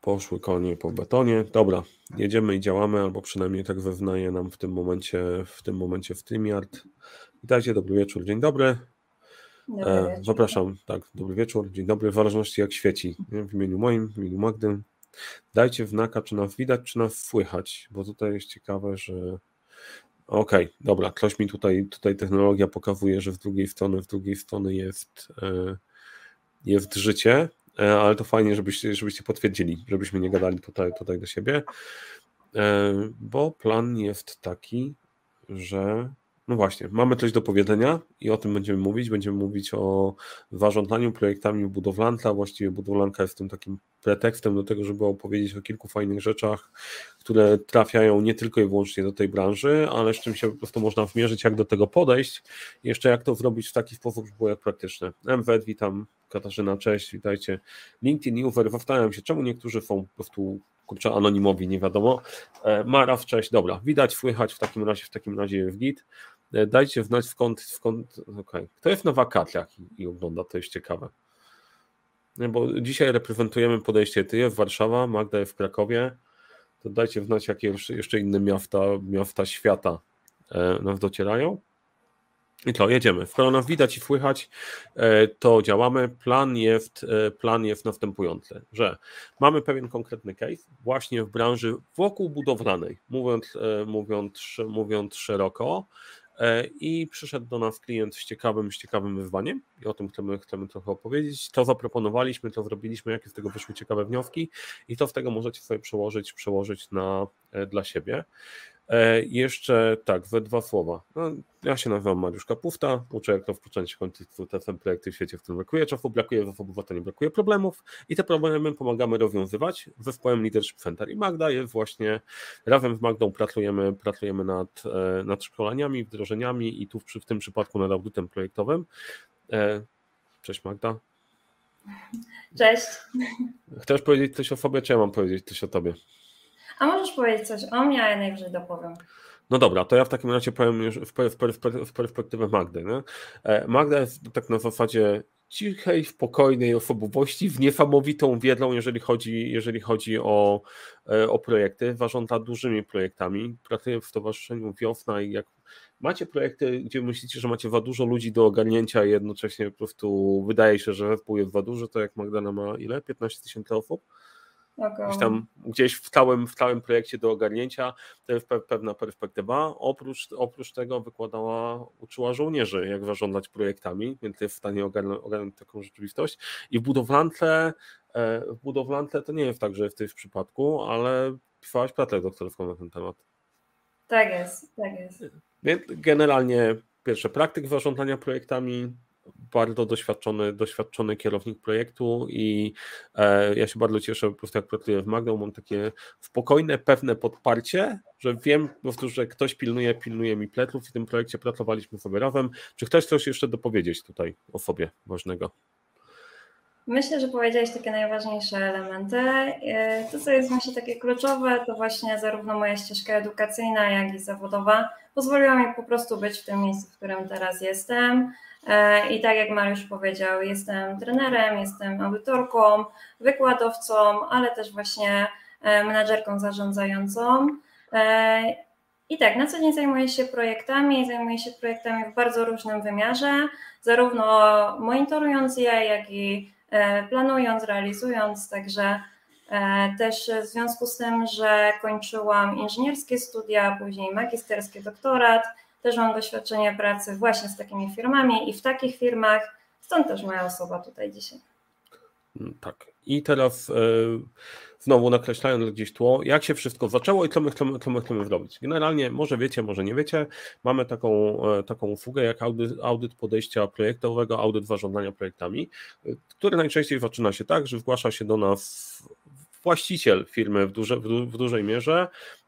Poszły konie po betonie. Dobra, jedziemy i działamy, albo przynajmniej tak wewnętrznie nam w tym momencie w StreamYard. Witajcie, dobry wieczór, dzień dobry. Dobry wieczór. Zapraszam, tak, dobry wieczór, dzień dobry, w zależności jak świeci, nie? W imieniu moim, w imieniu Magdy. Dajcie znaka, czy nas widać, czy nas słychać, bo tutaj jest ciekawe, że okej, dobra, ktoś mi tutaj technologia pokazuje, że z drugiej strony jest życie, ale to fajnie, żebyście potwierdzili, żebyśmy nie gadali tutaj do siebie, bo plan jest taki, że no właśnie, mamy coś do powiedzenia i o tym będziemy mówić o zarządzaniu projektami budowlanka. Właściwie budowlanka jest tym takim pretekstem do tego, żeby opowiedzieć o kilku fajnych rzeczach, które trafiają nie tylko i wyłącznie do tej branży, ale z czym się po prostu można zmierzyć, jak do tego podejść i jeszcze jak to zrobić w taki sposób, żeby było jak praktyczne. MWED, witam, Katarzyna, cześć, witajcie. LinkedIn User, zastanawiam się, czemu niektórzy są po prostu anonimowi, nie wiadomo. Maraw, cześć, dobra, widać, słychać, w takim razie jest git. Dajcie znać skąd okay. Kto jest na wakacjach i ogląda, to jest ciekawe. Bo dzisiaj reprezentujemy podejście Ty w Warszawa, Magda jest w Krakowie, to dajcie znać, jakie jeszcze inne miasta świata nas docierają. I to, jedziemy. Skoro nas widać i słychać, to działamy. Plan jest następujący, że mamy pewien konkretny case właśnie w branży wokół budowlanej, mówiąc szeroko, i przyszedł do nas klient z ciekawym wyzwaniem i o tym chcemy trochę opowiedzieć. To zaproponowaliśmy, to zrobiliśmy, jakie z tego wyszły ciekawe wnioski i to z tego możecie sobie przełożyć dla siebie. Jeszcze tak, we dwa słowa. No, ja się nazywam Mariusz Kapufta, uczę jak rozpocząć końcu testem projekty w świecie, w którym brakuje czasu, brakuje zasobów, a to nie brakuje problemów i te problemy pomagamy rozwiązywać zespołem Leadership Center. I Magda jest właśnie, razem z Magdą pracujemy nad szkoleniami, wdrożeniami i tu w tym przypadku nad audytem projektowym. Cześć Magda. Cześć. Chcesz powiedzieć coś o sobie, czy ja mam powiedzieć coś o tobie? A możesz powiedzieć coś o mnie, a ja najwyżej dopowiem. No dobra, to ja w takim razie powiem już w perspektywę Magdy. Nie? Magda jest tak na zasadzie cichej, spokojnej osobowości, z niesamowitą wiedzą, jeżeli chodzi o projekty. Zarządza dużymi projektami. Pracuje w Stowarzyszeniu Wiosna i jak macie projekty, gdzie myślicie, że macie za dużo ludzi do ogarnięcia i jednocześnie po prostu wydaje się, że zespół jest za duży, to jak Magdalena ma ile? 15 000 osób? Gdzieś w całym projekcie do ogarnięcia, to jest pewna perspektywa. Oprócz tego uczyła żołnierzy, jak zarządzać projektami, więc jest w stanie ogarnąć taką rzeczywistość. I w budowlance to nie jest tak, że jesteś w przypadku, ale pisałaś pracę doktorską na ten temat. Tak jest. Więc generalnie pierwszy praktyk zarządzania projektami, bardzo doświadczony kierownik projektu i ja się bardzo cieszę, po prostu jak pracuję w Magdą, mam takie spokojne, pewne podparcie, że wiem po prostu, że ktoś pilnuje mi pleców i w tym projekcie pracowaliśmy sobie razem. Czy ktoś coś jeszcze dopowiedzieć tutaj o sobie ważnego? Myślę, że powiedziałeś takie najważniejsze elementy. To, co jest właśnie takie kluczowe, to właśnie zarówno moja ścieżka edukacyjna, jak i zawodowa pozwoliła mi po prostu być w tym miejscu, w którym teraz jestem. I tak jak Mariusz powiedział, jestem trenerem, jestem audytorką, wykładowcą, ale też właśnie menadżerką zarządzającą. I tak, na co dzień zajmuję się projektami w bardzo różnym wymiarze, zarówno monitorując je, jak i planując, realizując, także też w związku z tym, że kończyłam inżynierskie studia, później magisterskie, doktorat, też mam doświadczenie pracy właśnie z takimi firmami i w takich firmach, stąd też moja osoba tutaj dzisiaj. Tak. I teraz znowu nakreślając gdzieś tło, jak się wszystko zaczęło i co my chcemy zrobić. Generalnie może wiecie, może nie wiecie, mamy taką usługę jak audyt podejścia projektowego, audyt zarządzania projektami, który najczęściej zaczyna się tak, że zgłasza się do nas właściciel firmy w dużej mierze,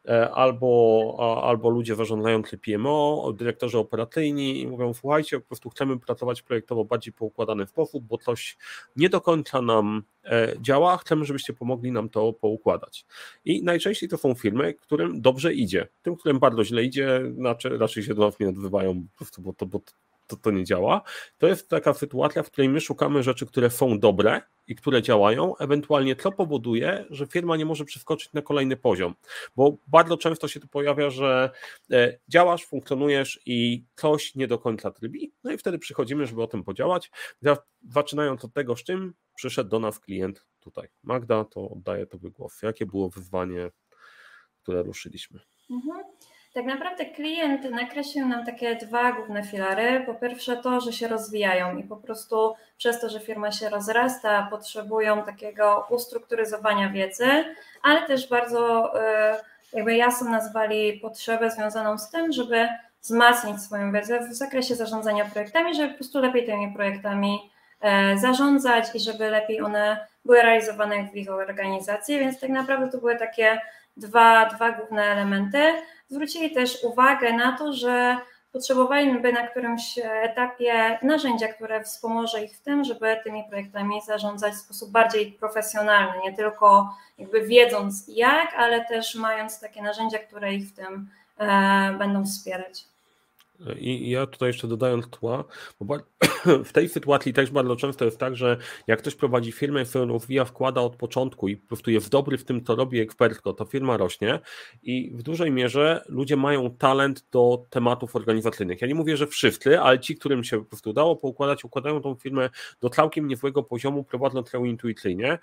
albo ludzie zarządzający PMO, dyrektorzy operacyjni i mówią, słuchajcie, po prostu chcemy pracować projektowo bardziej poukładany sposób, bo coś nie do końca nam działa, chcemy, żebyście pomogli nam to poukładać. I najczęściej to są firmy, którym dobrze idzie. Tym, którym bardzo źle idzie, raczej się do nas nie odzywają, po prostu, bo to nie działa. To jest taka sytuacja, w której my szukamy rzeczy, które są dobre i które działają, ewentualnie to powoduje, że firma nie może przeskoczyć na kolejny poziom, bo bardzo często się tu pojawia, że działasz, funkcjonujesz i coś nie do końca trybi, no i wtedy przychodzimy, żeby o tym podziałać. Zaczynając od tego, z czym przyszedł do nas klient tutaj. Magda, to oddaję Tobie głos. Jakie było wyzwanie, które ruszyliśmy? Tak naprawdę klient nakreślił nam takie dwa główne filary. Po pierwsze to, że się rozwijają i po prostu przez to, że firma się rozrasta, potrzebują takiego ustrukturyzowania wiedzy, ale też bardzo jakby jasno nazwali potrzebę związaną z tym, żeby wzmacniać swoją wiedzę w zakresie zarządzania projektami, żeby po prostu lepiej tymi projektami zarządzać i żeby lepiej one były realizowane w ich organizacji, więc tak naprawdę to były takie dwa główne elementy. Zwrócili też uwagę na to, że potrzebowaliby na którymś etapie narzędzia, które wspomoże ich w tym, żeby tymi projektami zarządzać w sposób bardziej profesjonalny, nie tylko jakby wiedząc jak, ale też mając takie narzędzia, które ich w tym będą wspierać. I ja tutaj jeszcze dodając tła, bo w tej sytuacji też bardzo często jest tak, że jak ktoś prowadzi firmę, którą rozwija, wkłada od początku i po prostu jest dobry w tym, co robi ekspertko, to firma rośnie i w dużej mierze ludzie mają talent do tematów organizacyjnych. Ja nie mówię, że wszyscy, ale ci, którym się po prostu udało poukładać, układają tą firmę do całkiem niezłego poziomu, prowadząc ją intuicyjnie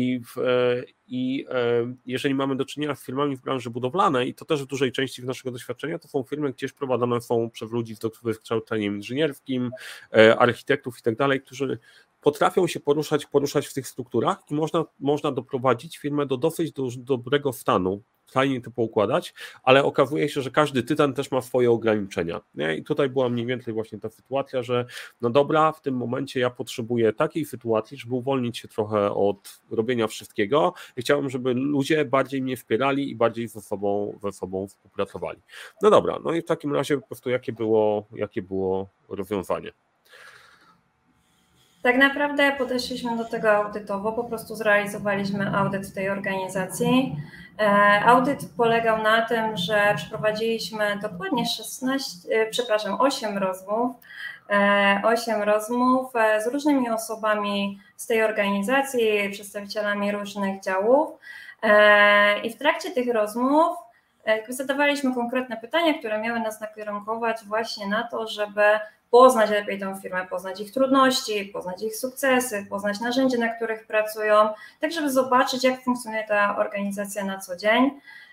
i jeżeli mamy do czynienia z firmami w branży budowlanej, to też w dużej części z naszego doświadczenia to są firmy, gdzieś prowadzone są przez ludzi z wykształceniem inżynierskim, architektów i tak dalej, którzy potrafią się poruszać w tych strukturach i można doprowadzić firmę do dosyć dobrego stanu, fajnie to poukładać, ale okazuje się, że każdy tytan też ma swoje ograniczenia. Nie? I tutaj była mniej więcej właśnie ta sytuacja, że no dobra, w tym momencie ja potrzebuję takiej sytuacji, żeby uwolnić się trochę od robienia wszystkiego i chciałbym, żeby ludzie bardziej mnie wspierali i bardziej ze sobą współpracowali. No dobra, no i w takim razie po prostu jakie było rozwiązanie? Tak naprawdę podeszliśmy do tego audytowo, po prostu zrealizowaliśmy audyt w tej organizacji. Audyt polegał na tym, że przeprowadziliśmy dokładnie 8 rozmów. 8 rozmów z różnymi osobami z tej organizacji, przedstawicielami różnych działów. I w trakcie tych rozmów zadawaliśmy konkretne pytania, które miały nas nakierunkować właśnie na to, żeby poznać lepiej tę firmę, poznać ich trudności, poznać ich sukcesy, poznać narzędzia, na których pracują, tak żeby zobaczyć, jak funkcjonuje ta organizacja na co dzień.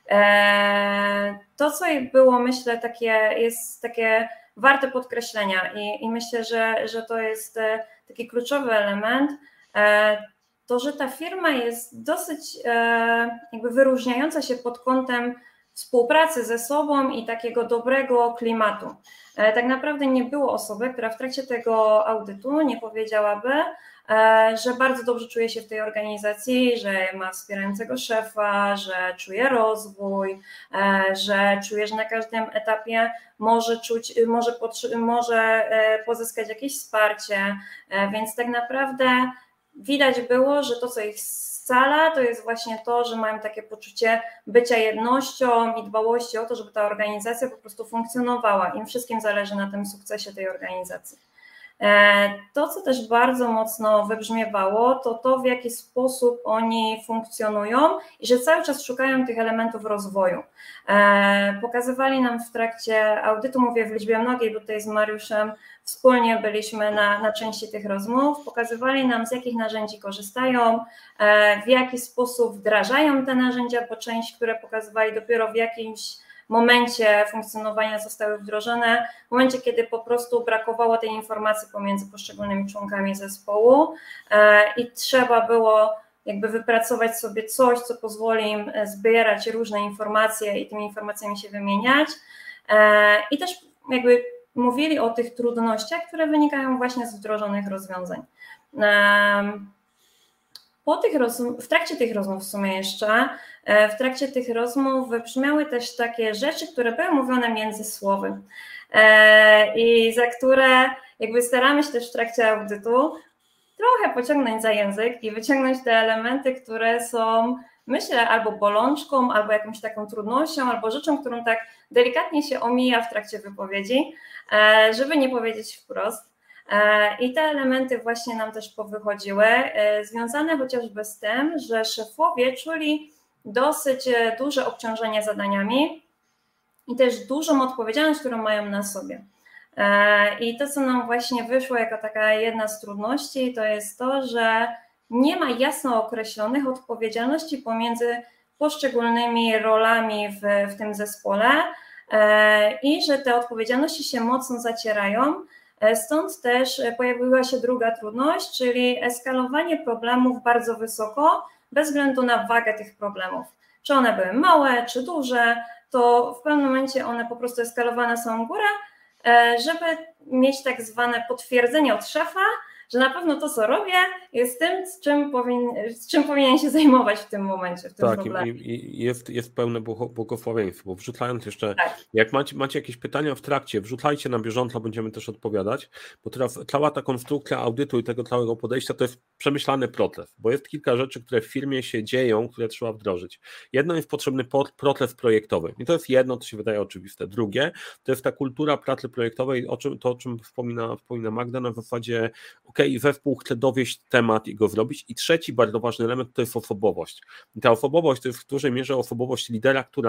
To, co było, myślę, jest takie warte podkreślenia i myślę, że to jest taki kluczowy element, to, że ta firma jest dosyć jakby wyróżniająca się pod kątem współpracy ze sobą i takiego dobrego klimatu. Tak naprawdę nie było osoby, która w trakcie tego audytu nie powiedziałaby, że bardzo dobrze czuje się w tej organizacji, że ma wspierającego szefa, że czuje rozwój, że czuje, że na każdym etapie może pozyskać jakieś wsparcie, więc tak naprawdę widać było, że to, co ich scala, to jest właśnie to, że mają takie poczucie bycia jednością i dbałości o to, żeby ta organizacja po prostu funkcjonowała. Im wszystkim zależy na tym sukcesie tej organizacji. To, co też bardzo mocno wybrzmiewało, to w jaki sposób oni funkcjonują i że cały czas szukają tych elementów rozwoju. Pokazywali nam w trakcie audytu, mówię w liczbie mnogiej, bo tutaj z Mariuszem wspólnie byliśmy na części tych rozmów, pokazywali nam, z jakich narzędzi korzystają, w jaki sposób wdrażają te narzędzia, bo część, które pokazywali, dopiero w jakimś momencie funkcjonowania zostały wdrożone, w momencie, kiedy po prostu brakowało tej informacji pomiędzy poszczególnymi członkami zespołu i trzeba było jakby wypracować sobie coś, co pozwoli im zbierać różne informacje i tymi informacjami się wymieniać. I też jakby mówili o tych trudnościach, które wynikają właśnie z wdrożonych rozwiązań. W trakcie tych rozmów w sumie jeszcze, w trakcie tych rozmów wybrzmiały też takie rzeczy, które były mówione między słowy i za które jakby staramy się też w trakcie audytu trochę pociągnąć za język i wyciągnąć te elementy, które są myślę, albo bolączką, albo jakąś taką trudnością, albo rzeczą, którą tak delikatnie się omija w trakcie wypowiedzi, żeby nie powiedzieć wprost. I te elementy właśnie nam też powychodziły, związane chociażby z tym, że szefowie czuli dosyć duże obciążenie zadaniami i też dużą odpowiedzialność, którą mają na sobie. I to, co nam właśnie wyszło jako taka jedna z trudności, to jest to, że nie ma jasno określonych odpowiedzialności pomiędzy poszczególnymi rolami w tym zespole i że te odpowiedzialności się mocno zacierają. Stąd też pojawiła się druga trudność, czyli eskalowanie problemów bardzo wysoko, bez względu na wagę tych problemów. Czy one były małe, czy duże, to w pewnym momencie one po prostu eskalowane są w górę, żeby mieć tak zwane potwierdzenie od szefa, że na pewno to, co robię, jest tym, z czym powinien się zajmować w tym momencie, w tym problemie. I jest pełne błogosławieństwo. Wrzucając jeszcze, jak macie jakieś pytania w trakcie, wrzucajcie na bieżąco, będziemy też odpowiadać, bo teraz cała ta konstrukcja audytu i tego całego podejścia to jest przemyślany proces, bo jest kilka rzeczy, które w firmie się dzieją, które trzeba wdrożyć. Jedno jest potrzebny proces projektowy i to jest jedno, to się wydaje oczywiste. Drugie, to jest ta kultura pracy projektowej, o czym wspomina Magda, na zasadzie zespół chce dowieść temat i go zrobić. I trzeci bardzo ważny element to jest osobowość. I ta osobowość to jest w dużej mierze osobowość lidera, która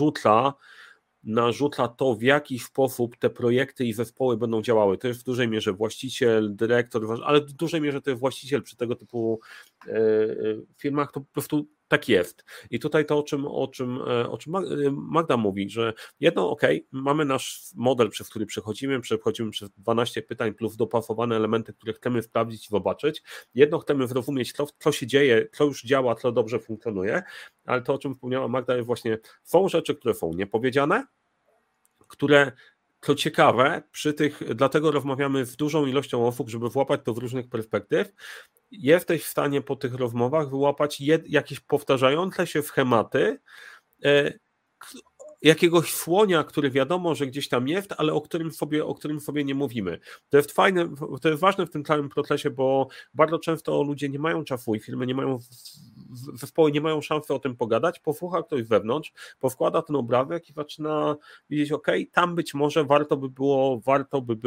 narzuca to, w jaki sposób te projekty i zespoły będą działały. To jest w dużej mierze właściciel, dyrektor, ale w dużej mierze to jest właściciel przy tego typu firmach, to po prostu tak jest. I tutaj to, o czym Magda mówi, że jedno, mamy nasz model, przez który przechodzimy przez 12 pytań plus dopasowane elementy, które chcemy sprawdzić i zobaczyć. Jedno, chcemy zrozumieć, co się dzieje, co już działa, co dobrze funkcjonuje, ale to, o czym wspomniała Magda, jest właśnie, są rzeczy, które są niepowiedziane, które, co ciekawe, dlatego rozmawiamy z dużą ilością osób, żeby włapać to z różnych perspektyw. Jesteś w stanie po tych rozmowach wyłapać jakieś powtarzające się schematy jakiegoś słonia, który wiadomo, że gdzieś tam jest, ale o którym sobie nie mówimy. To jest fajne, to jest ważne w tym całym procesie, bo bardzo często ludzie nie mają czasu i firmy nie mają, zespoły nie mają szansy o tym pogadać, posłucha ktoś z wewnątrz, powkłada ten obrazek i zaczyna widzieć, tam być może warto by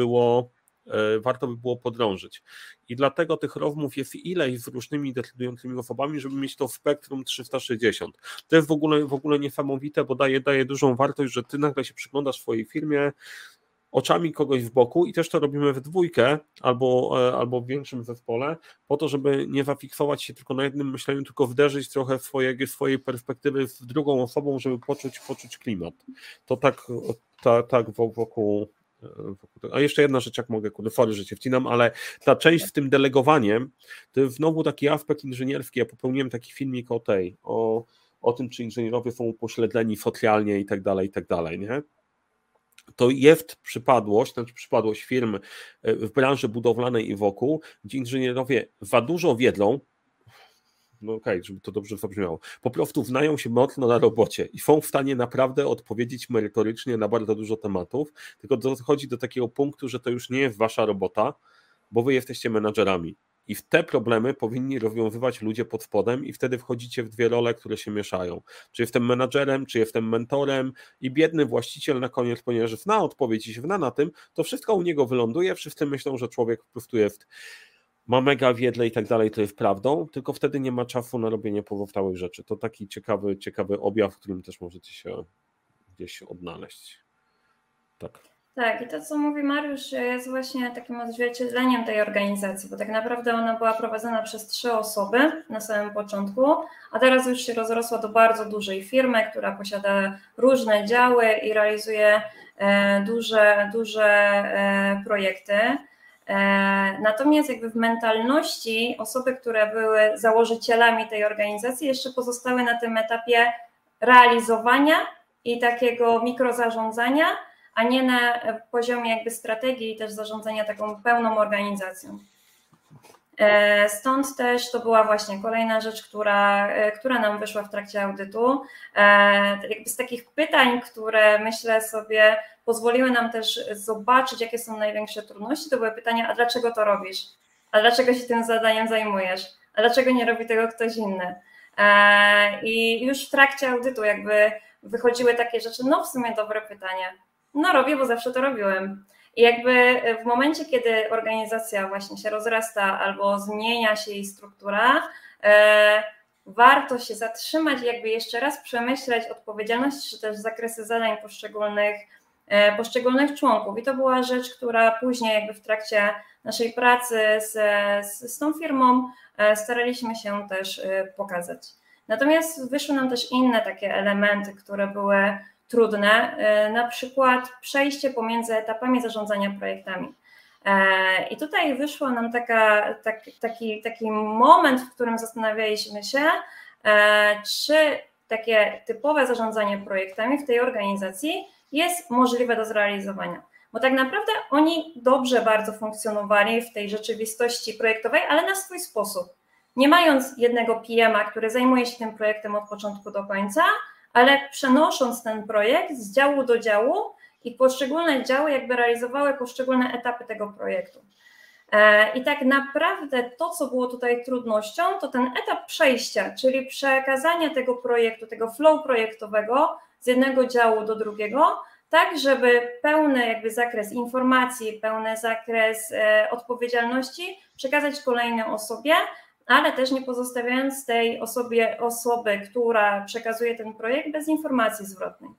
było podrążyć. I dlatego tych rozmów jest ileś z różnymi decydującymi osobami, żeby mieć to w spektrum 360. To jest w ogóle niesamowite, bo daje dużą wartość, że ty nagle się przyglądasz swojej firmie oczami kogoś z boku i też to robimy w dwójkę albo w większym zespole, po to, żeby nie zafiksować się tylko na jednym myśleniu, tylko wderzyć trochę swojej perspektywy z drugą osobą, żeby poczuć klimat. To tak wokół. A jeszcze jedna rzecz, jak mogę, sorry, że się wcinam, ale ta część z tym delegowaniem, to jest znowu taki aspekt inżynierski. Ja popełniłem taki filmik o tym, czy inżynierowie są upośledzeni socjalnie i tak dalej, nie? To jest przypadłość firm w branży budowlanej i wokół, gdzie inżynierowie za dużo wiedzą, żeby to dobrze zabrzmiało, po prostu znają się mocno na robocie i są w stanie naprawdę odpowiedzieć merytorycznie na bardzo dużo tematów, tylko dochodzi do takiego punktu, że to już nie jest wasza robota, bo wy jesteście menadżerami i w te problemy powinni rozwiązywać ludzie pod spodem i wtedy wchodzicie w dwie role, które się mieszają. Czy jestem menadżerem, czy jestem mentorem i biedny właściciel na koniec, ponieważ zna odpowiedź i się zna na tym, to wszystko u niego wyląduje, wszyscy myślą, że człowiek po prostu ma mega wiedzę i tak dalej, to jest prawdą, tylko wtedy nie ma czasu na robienie pozostałych rzeczy. To taki ciekawy objaw, w którym też możecie się gdzieś odnaleźć. Tak, i to, co mówi Mariusz, jest właśnie takim odzwierciedleniem tej organizacji, bo tak naprawdę ona była prowadzona przez 3 osoby na samym początku, a teraz już się rozrosła do bardzo dużej firmy, która posiada różne działy i realizuje duże projekty. Natomiast jakby w mentalności osoby, które były założycielami tej organizacji, jeszcze pozostały na tym etapie realizowania i takiego mikrozarządzania, a nie na poziomie jakby strategii i też zarządzania taką pełną organizacją. Stąd też to była właśnie kolejna rzecz, która nam wyszła w trakcie audytu. Jakby z takich pytań, które myślę sobie pozwoliły nam też zobaczyć, jakie są największe trudności, to były pytania, a dlaczego to robisz? A dlaczego się tym zadaniem zajmujesz? A dlaczego nie robi tego ktoś inny? I już w trakcie audytu jakby wychodziły takie rzeczy, no w sumie dobre pytanie. No robię, bo zawsze to robiłem. I jakby w momencie, kiedy organizacja właśnie się rozrasta albo zmienia się jej struktura, warto się zatrzymać i jakby jeszcze raz przemyśleć odpowiedzialność czy też zakresy zadań poszczególnych członków. I to była rzecz, która później jakby w trakcie naszej pracy z tą firmą staraliśmy się też pokazać. Natomiast wyszły nam też inne takie elementy, które były trudne, na przykład przejście pomiędzy etapami zarządzania projektami. I tutaj wyszło nam taki moment, w którym zastanawialiśmy się, czy takie typowe zarządzanie projektami w tej organizacji jest możliwe do zrealizowania. Bo tak naprawdę oni dobrze bardzo funkcjonowali w tej rzeczywistości projektowej, ale na swój sposób. Nie mając jednego PM-a, który zajmuje się tym projektem od początku do końca, ale przenosząc ten projekt z działu do działu i poszczególne działy jakby realizowały poszczególne etapy tego projektu. I tak naprawdę to, co było tutaj trudnością, to ten etap przejścia, czyli przekazania tego projektu, tego flow projektowego z jednego działu do drugiego, tak żeby pełny jakby zakres informacji, pełny zakres odpowiedzialności przekazać kolejnej osobie, ale też nie pozostawiając tej osoby, która przekazuje ten projekt bez informacji zwrotnej.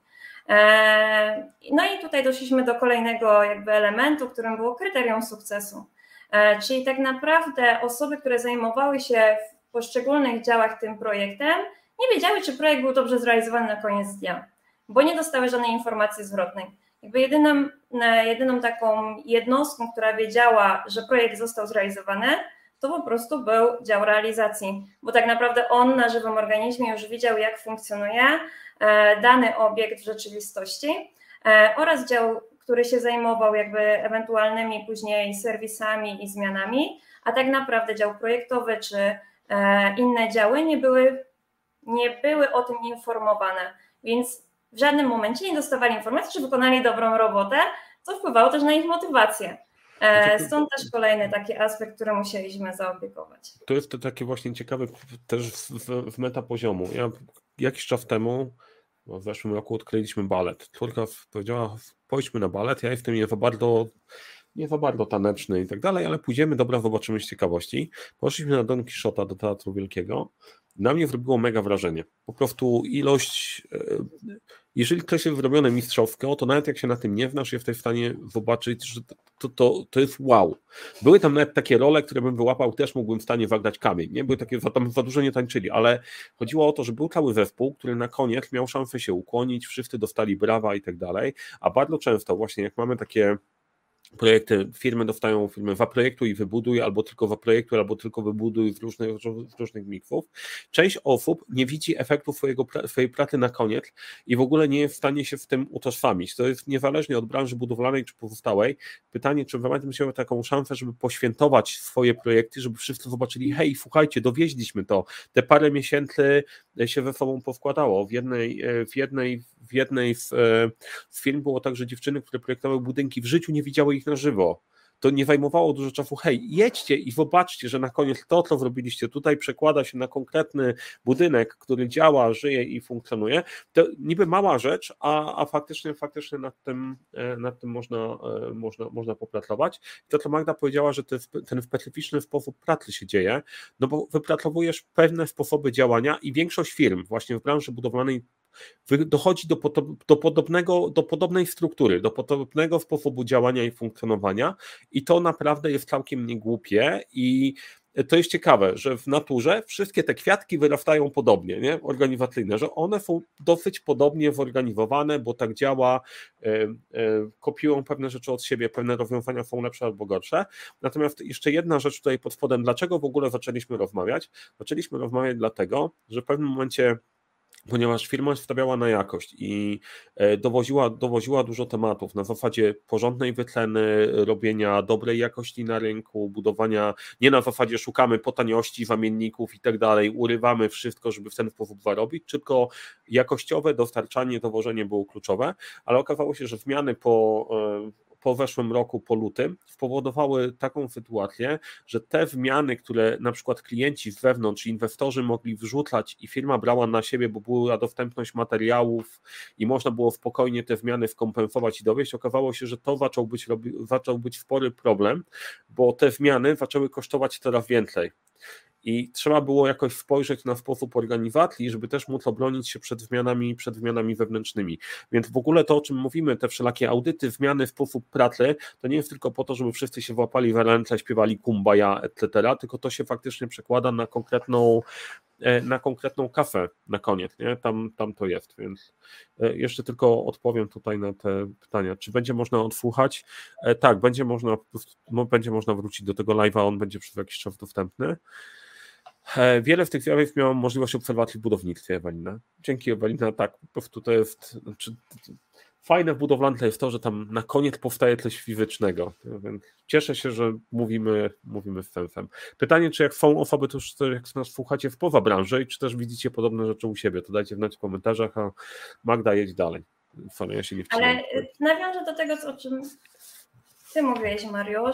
No i tutaj doszliśmy do kolejnego jakby elementu, którym było kryterium sukcesu. Czyli tak naprawdę osoby, które zajmowały się w poszczególnych działach tym projektem, nie wiedziały, czy projekt był dobrze zrealizowany na koniec dnia, bo nie dostały żadnej informacji zwrotnej. Jakby jedyną taką jednostką, która wiedziała, że projekt został zrealizowany, to po prostu był dział realizacji, bo tak naprawdę on na żywym organizmie już widział, jak funkcjonuje dany obiekt w rzeczywistości, oraz dział, który się zajmował jakby ewentualnymi później serwisami i zmianami, a tak naprawdę dział projektowy czy inne działy nie były o tym informowane, więc w żadnym momencie nie dostawali informacji, czy wykonali dobrą robotę, co wpływało też na ich motywację. Stąd też kolejny taki aspekt, który musieliśmy zaopiekować. To jest to takie właśnie ciekawe też w metapoziomu. Ja jakiś czas temu, w zeszłym roku odkryliśmy balet. Córka powiedziała, pójdźmy na balet, ja jestem nie za bardzo taneczny i tak dalej, ale pójdziemy, dobra, zobaczymy z ciekawości. Poszliśmy na Don Quixota do Teatru Wielkiego. Na mnie zrobiło mega wrażenie. Po prostu ilość, jeżeli ktoś jest zrobione mistrzowsko, to nawet jak się na tym nie znasz, jesteś w stanie zobaczyć, że to jest wow. Były tam nawet takie role, które bym wyłapał, też mógłbym w stanie zagrać kamień. Nie były takie, tam za dużo nie tańczyli, ale chodziło o to, że był cały zespół, który na koniec miał szansę się ukłonić, wszyscy dostali brawa i tak dalej, a bardzo często właśnie jak mamy takie projekty, firmy dostają zaprojektuj i wybuduj, albo tylko zaprojektuj, albo tylko wybuduj z różnych miksów. Część osób nie widzi efektu swojej pracy na koniec i w ogóle nie jest w stanie się w tym utożsamić. To jest niezależnie od branży budowlanej czy pozostałej. Pytanie, czy będziemy mieli taką szansę, żeby poświętować swoje projekty, żeby wszyscy zobaczyli, hej, słuchajcie, dowieźliśmy to. Te parę miesięcy się ze sobą powkładało. W jednej z firm było tak, że dziewczyny, które projektowały budynki, w życiu nie widziały ich na żywo. To nie zajmowało dużo czasu. Hej, jedźcie i zobaczcie, że na koniec to, co zrobiliście tutaj, przekłada się na konkretny budynek, który działa, żyje i funkcjonuje. To niby mała rzecz, a faktycznie nad tym można popracować. To, co Magda powiedziała, że ten specyficzny sposób pracy się dzieje, no bo wypracowujesz pewne sposoby działania i większość firm właśnie w branży budowlanej dochodzi do podobnej struktury, do podobnego sposobu działania i funkcjonowania i to naprawdę jest całkiem niegłupie i to jest ciekawe, że w naturze wszystkie te kwiatki wyrastają podobnie, nie? Organizacyjne, że one są dosyć podobnie zorganizowane, bo tak działa, kopiują pewne rzeczy od siebie, pewne rozwiązania są lepsze albo gorsze. Natomiast jeszcze jedna rzecz tutaj pod spodem, dlaczego w ogóle zaczęliśmy rozmawiać? Zaczęliśmy rozmawiać dlatego, że w pewnym momencie, ponieważ firma stawiała na jakość i dowoziła dużo tematów na zasadzie porządnej wyceny, robienia dobrej jakości na rynku, budowania, nie na zasadzie szukamy po taniości zamienników i tak dalej, urywamy wszystko, żeby w ten sposób zarobić, tylko jakościowe dostarczanie, dowożenie było kluczowe, ale okazało się, że zmiany po po weszłym roku, po lutym, spowodowały taką sytuację, że te wymiany, które na przykład klienci z wewnątrz, inwestorzy mogli wrzucać i firma brała na siebie, bo była dostępność materiałów i można było spokojnie te wymiany skompensować i dowieść, okazało się, że to zaczął być spory problem, bo te wymiany zaczęły kosztować coraz więcej. I trzeba było jakoś spojrzeć na sposób organizacji, żeby też móc obronić się przed wymianami wewnętrznymi. Więc w ogóle to, o czym mówimy, te wszelakie audyty, zmiany, sposób pracy, to nie jest tylko po to, żeby wszyscy się włapali w ręce, śpiewali kumbaya, etc., tylko to się faktycznie przekłada na konkretną kafę na koniec, nie? Tam to jest, więc jeszcze tylko odpowiem tutaj na te pytania. Czy będzie można odsłuchać? Tak, będzie można wrócić do tego live'a, on będzie przez jakiś czas dostępny. Wiele z tych zjawisk miałem możliwość obserwacji w budownictwie, Ewelina. Dzięki, Ewelina, tak, po prostu to jest, fajne w budowlance jest to, że tam na koniec powstaje coś fizycznego, więc cieszę się, że mówimy z sensem. Pytanie, czy jak są osoby, to już jak nas słuchacie spoza branży i czy też widzicie podobne rzeczy u siebie, to dajcie znać w komentarzach, a Magda jedź dalej. Sorry, ja się nie wcinam. Ale nawiążę do tego, o czym ty mówiłeś, Mariusz.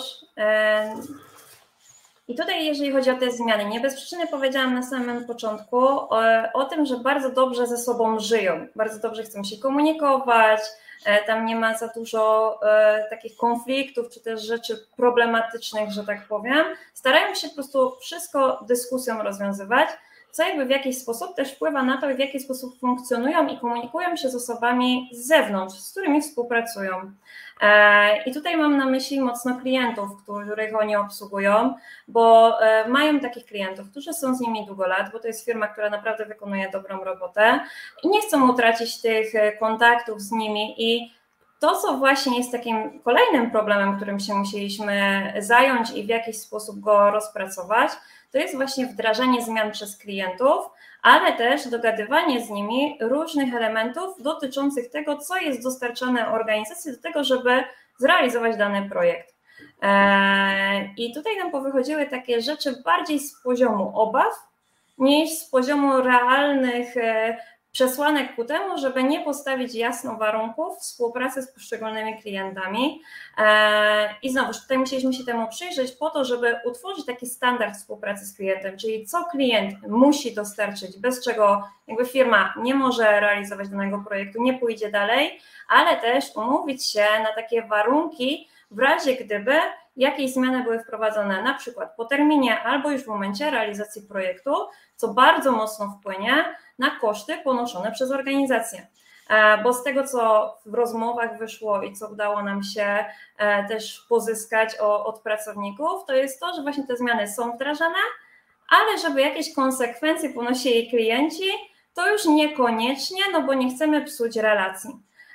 I tutaj, jeżeli chodzi o te zmiany, nie bez przyczyny powiedziałam na samym początku o tym, że bardzo dobrze ze sobą żyją, bardzo dobrze chcą się komunikować, tam nie ma za dużo takich konfliktów, czy też rzeczy problematycznych, że tak powiem. Starają się po prostu wszystko dyskusją rozwiązywać, co jakby w jakiś sposób też wpływa na to, w jaki sposób funkcjonują i komunikują się z osobami z zewnątrz, z którymi współpracują. I tutaj mam na myśli mocno klientów, których oni obsługują, bo mają takich klientów, którzy są z nimi długo lat, bo to jest firma, która naprawdę wykonuje dobrą robotę i nie chcą utracić tych kontaktów z nimi i to, co właśnie jest takim kolejnym problemem, którym się musieliśmy zająć i w jakiś sposób go rozpracować, to jest właśnie wdrażanie zmian przez klientów, ale też dogadywanie z nimi różnych elementów dotyczących tego, co jest dostarczane organizacji do tego, żeby zrealizować dany projekt. I tutaj nam powychodziły takie rzeczy bardziej z poziomu obaw niż z poziomu realnych przesłanek ku temu, żeby nie postawić jasno warunków współpracy z poszczególnymi klientami. I znowuż tutaj musieliśmy się temu przyjrzeć po to, żeby utworzyć taki standard współpracy z klientem, czyli co klient musi dostarczyć, bez czego jakby firma nie może realizować danego projektu, nie pójdzie dalej, ale też umówić się na takie warunki, w razie gdyby jakieś zmiany były wprowadzone na przykład po terminie albo już w momencie realizacji projektu, co bardzo mocno wpłynie na koszty ponoszone przez organizację. Bo z tego, co w rozmowach wyszło i co udało nam się też pozyskać od pracowników, to jest to, że właśnie te zmiany są wdrażane, ale żeby jakieś konsekwencje ponosili klienci, to już niekoniecznie, no bo nie chcemy psuć relacji.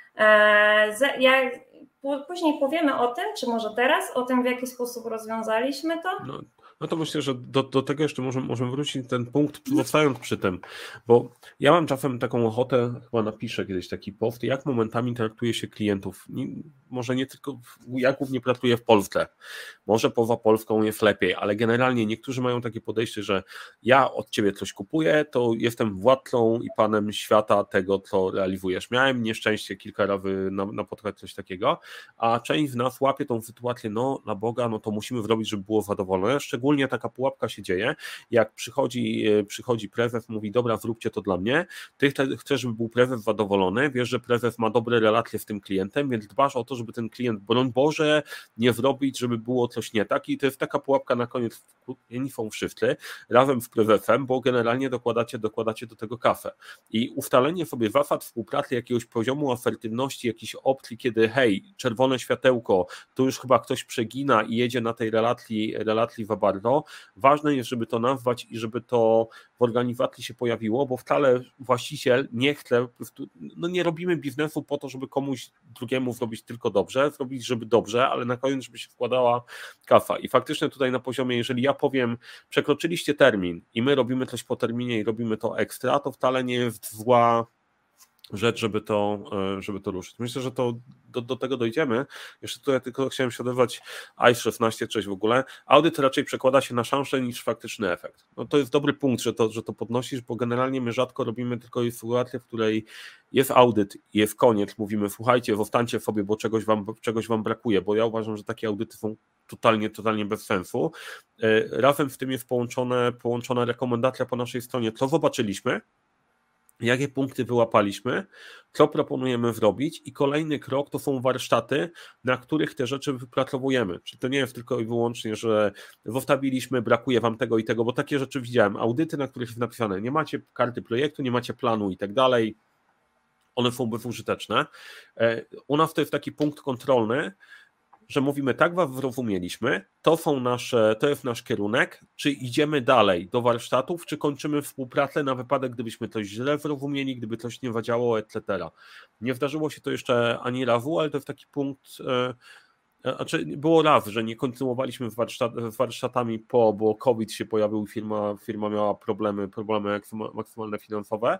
Później powiemy o tym, czy może teraz, o tym, w jaki sposób rozwiązaliśmy to. No to myślę, że do tego jeszcze możemy wrócić ten punkt, pozostając przy tym, bo ja mam czasem taką ochotę, chyba napiszę kiedyś taki post, jak momentami traktuje się klientów. Może nie tylko, ja głównie pracuję w Polsce, może poza Polską jest lepiej, ale generalnie niektórzy mają takie podejście, że ja od ciebie coś kupuję, to jestem władcą i panem świata tego, co realizujesz. Miałem nieszczęście kilka razy napotkać coś takiego, a część z nas łapie tą sytuację, no na Boga, no to musimy zrobić, żeby było zadowolone. Szczególnie taka pułapka się dzieje, jak przychodzi prezes, mówi, dobra, zróbcie to dla mnie, ty chcesz, żeby był prezes zadowolony, wiesz, że prezes ma dobre relacje z tym klientem, więc dbasz o to, żeby ten klient, broń Boże, nie zrobić, żeby było coś nie tak i to jest taka pułapka na koniec, nie są wszyscy, razem z prezesem, bo generalnie dokładacie do tego kafę. I ustalenie sobie zasad współpracy, jakiegoś poziomu asertywności, jakiejś opcji, kiedy hej, czerwone światełko, tu już chyba ktoś przegina i jedzie na tej relacji za bardzo. Ważne jest, żeby to nazwać i żeby to w organizacji się pojawiło, bo wcale właściciel nie chce, no nie robimy biznesu po to, żeby komuś drugiemu zrobić tylko dobrze, zrobić, żeby dobrze, ale na koniec, żeby się wkładała kafa. I faktycznie tutaj na poziomie, jeżeli ja powiem, przekroczyliście termin i my robimy coś po terminie i robimy to ekstra, to wcale nie jest rzecz, żeby to ruszyć. Myślę, że to do tego dojdziemy. Jeszcze tutaj tylko chciałem się odezwać ICE 16, cześć w ogóle. Audyt raczej przekłada się na szansę niż faktyczny efekt. No to jest dobry punkt, że to podnosisz, bo generalnie my rzadko robimy tylko sytuację, w której jest audyt i jest koniec, mówimy słuchajcie, wstańcie sobie, bo czegoś wam brakuje, bo ja uważam, że takie audyty są totalnie bez sensu. Razem z tym jest połączona rekomendacja po naszej stronie, co zobaczyliśmy, jakie punkty wyłapaliśmy, co proponujemy zrobić i kolejny krok to są warsztaty, na których te rzeczy wypracowujemy. Czyli to nie jest tylko i wyłącznie, że zostawiliśmy, brakuje wam tego i tego, bo takie rzeczy widziałem, audyty, na których jest napisane, nie macie karty projektu, nie macie planu i tak dalej, one są bezużyteczne. U nas to jest taki punkt kontrolny, że mówimy, tak was zrozumieliśmy, to jest nasz kierunek, czy idziemy dalej do warsztatów, czy kończymy współpracę na wypadek, gdybyśmy coś źle zrozumieli, gdyby coś nie zadziałało, etc. Nie zdarzyło się to jeszcze ani razu, ale to jest taki punkt, znaczy było raz, że nie kontynuowaliśmy z warsztatami bo COVID się pojawił, firma miała problemy maksymalne finansowe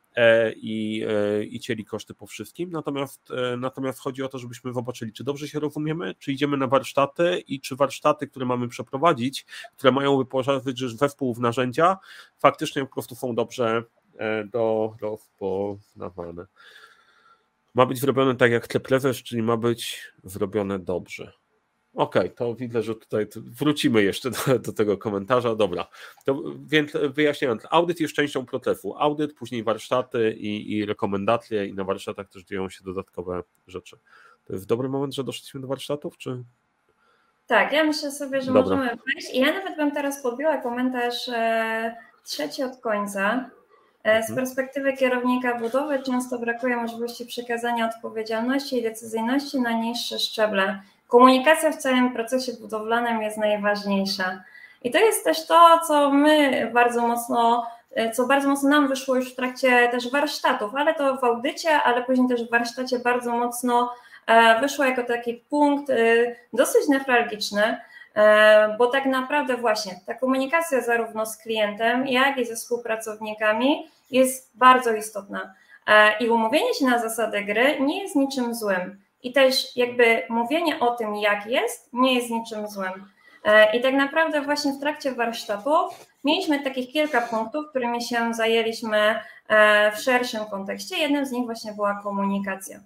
i cięli koszty po wszystkim, natomiast chodzi o to, żebyśmy zobaczyli, czy dobrze się rozumiemy, czy idziemy na warsztaty i czy warsztaty, które mamy przeprowadzić, które mają wyposażyć zespół w narzędzia, faktycznie po prostu są dobrze rozpoznawane. Ma być zrobione tak jak chce prezes, czyli ma być zrobione dobrze. Okej, to widzę, że tutaj wrócimy jeszcze do tego komentarza. Dobra, to więc wyjaśniając, audyt jest częścią procesu. Audyt, później warsztaty i rekomendacje i na warsztatach też dzieją się dodatkowe rzeczy. To jest dobry moment, że doszliśmy do warsztatów, czy? Tak, ja myślę sobie, że możemy wejść. I ja nawet bym teraz podbiła komentarz trzeci od końca. Z perspektywy kierownika budowy często brakuje możliwości przekazania odpowiedzialności i decyzyjności na niższe szczeble. Komunikacja w całym procesie budowlanym jest najważniejsza. I to jest też to, co bardzo mocno nam wyszło już w trakcie też warsztatów, ale to w audycie, ale później też w warsztacie bardzo mocno wyszło jako taki punkt dosyć newralgiczny, bo tak naprawdę właśnie ta komunikacja zarówno z klientem, jak i ze współpracownikami jest bardzo istotna. I umówienie się na zasady gry nie jest niczym złym. I też jakby mówienie o tym, jak jest, nie jest niczym złym. I tak naprawdę właśnie w trakcie warsztatu mieliśmy takich kilka punktów, którymi się zajęliśmy w szerszym kontekście. Jednym z nich właśnie była komunikacja.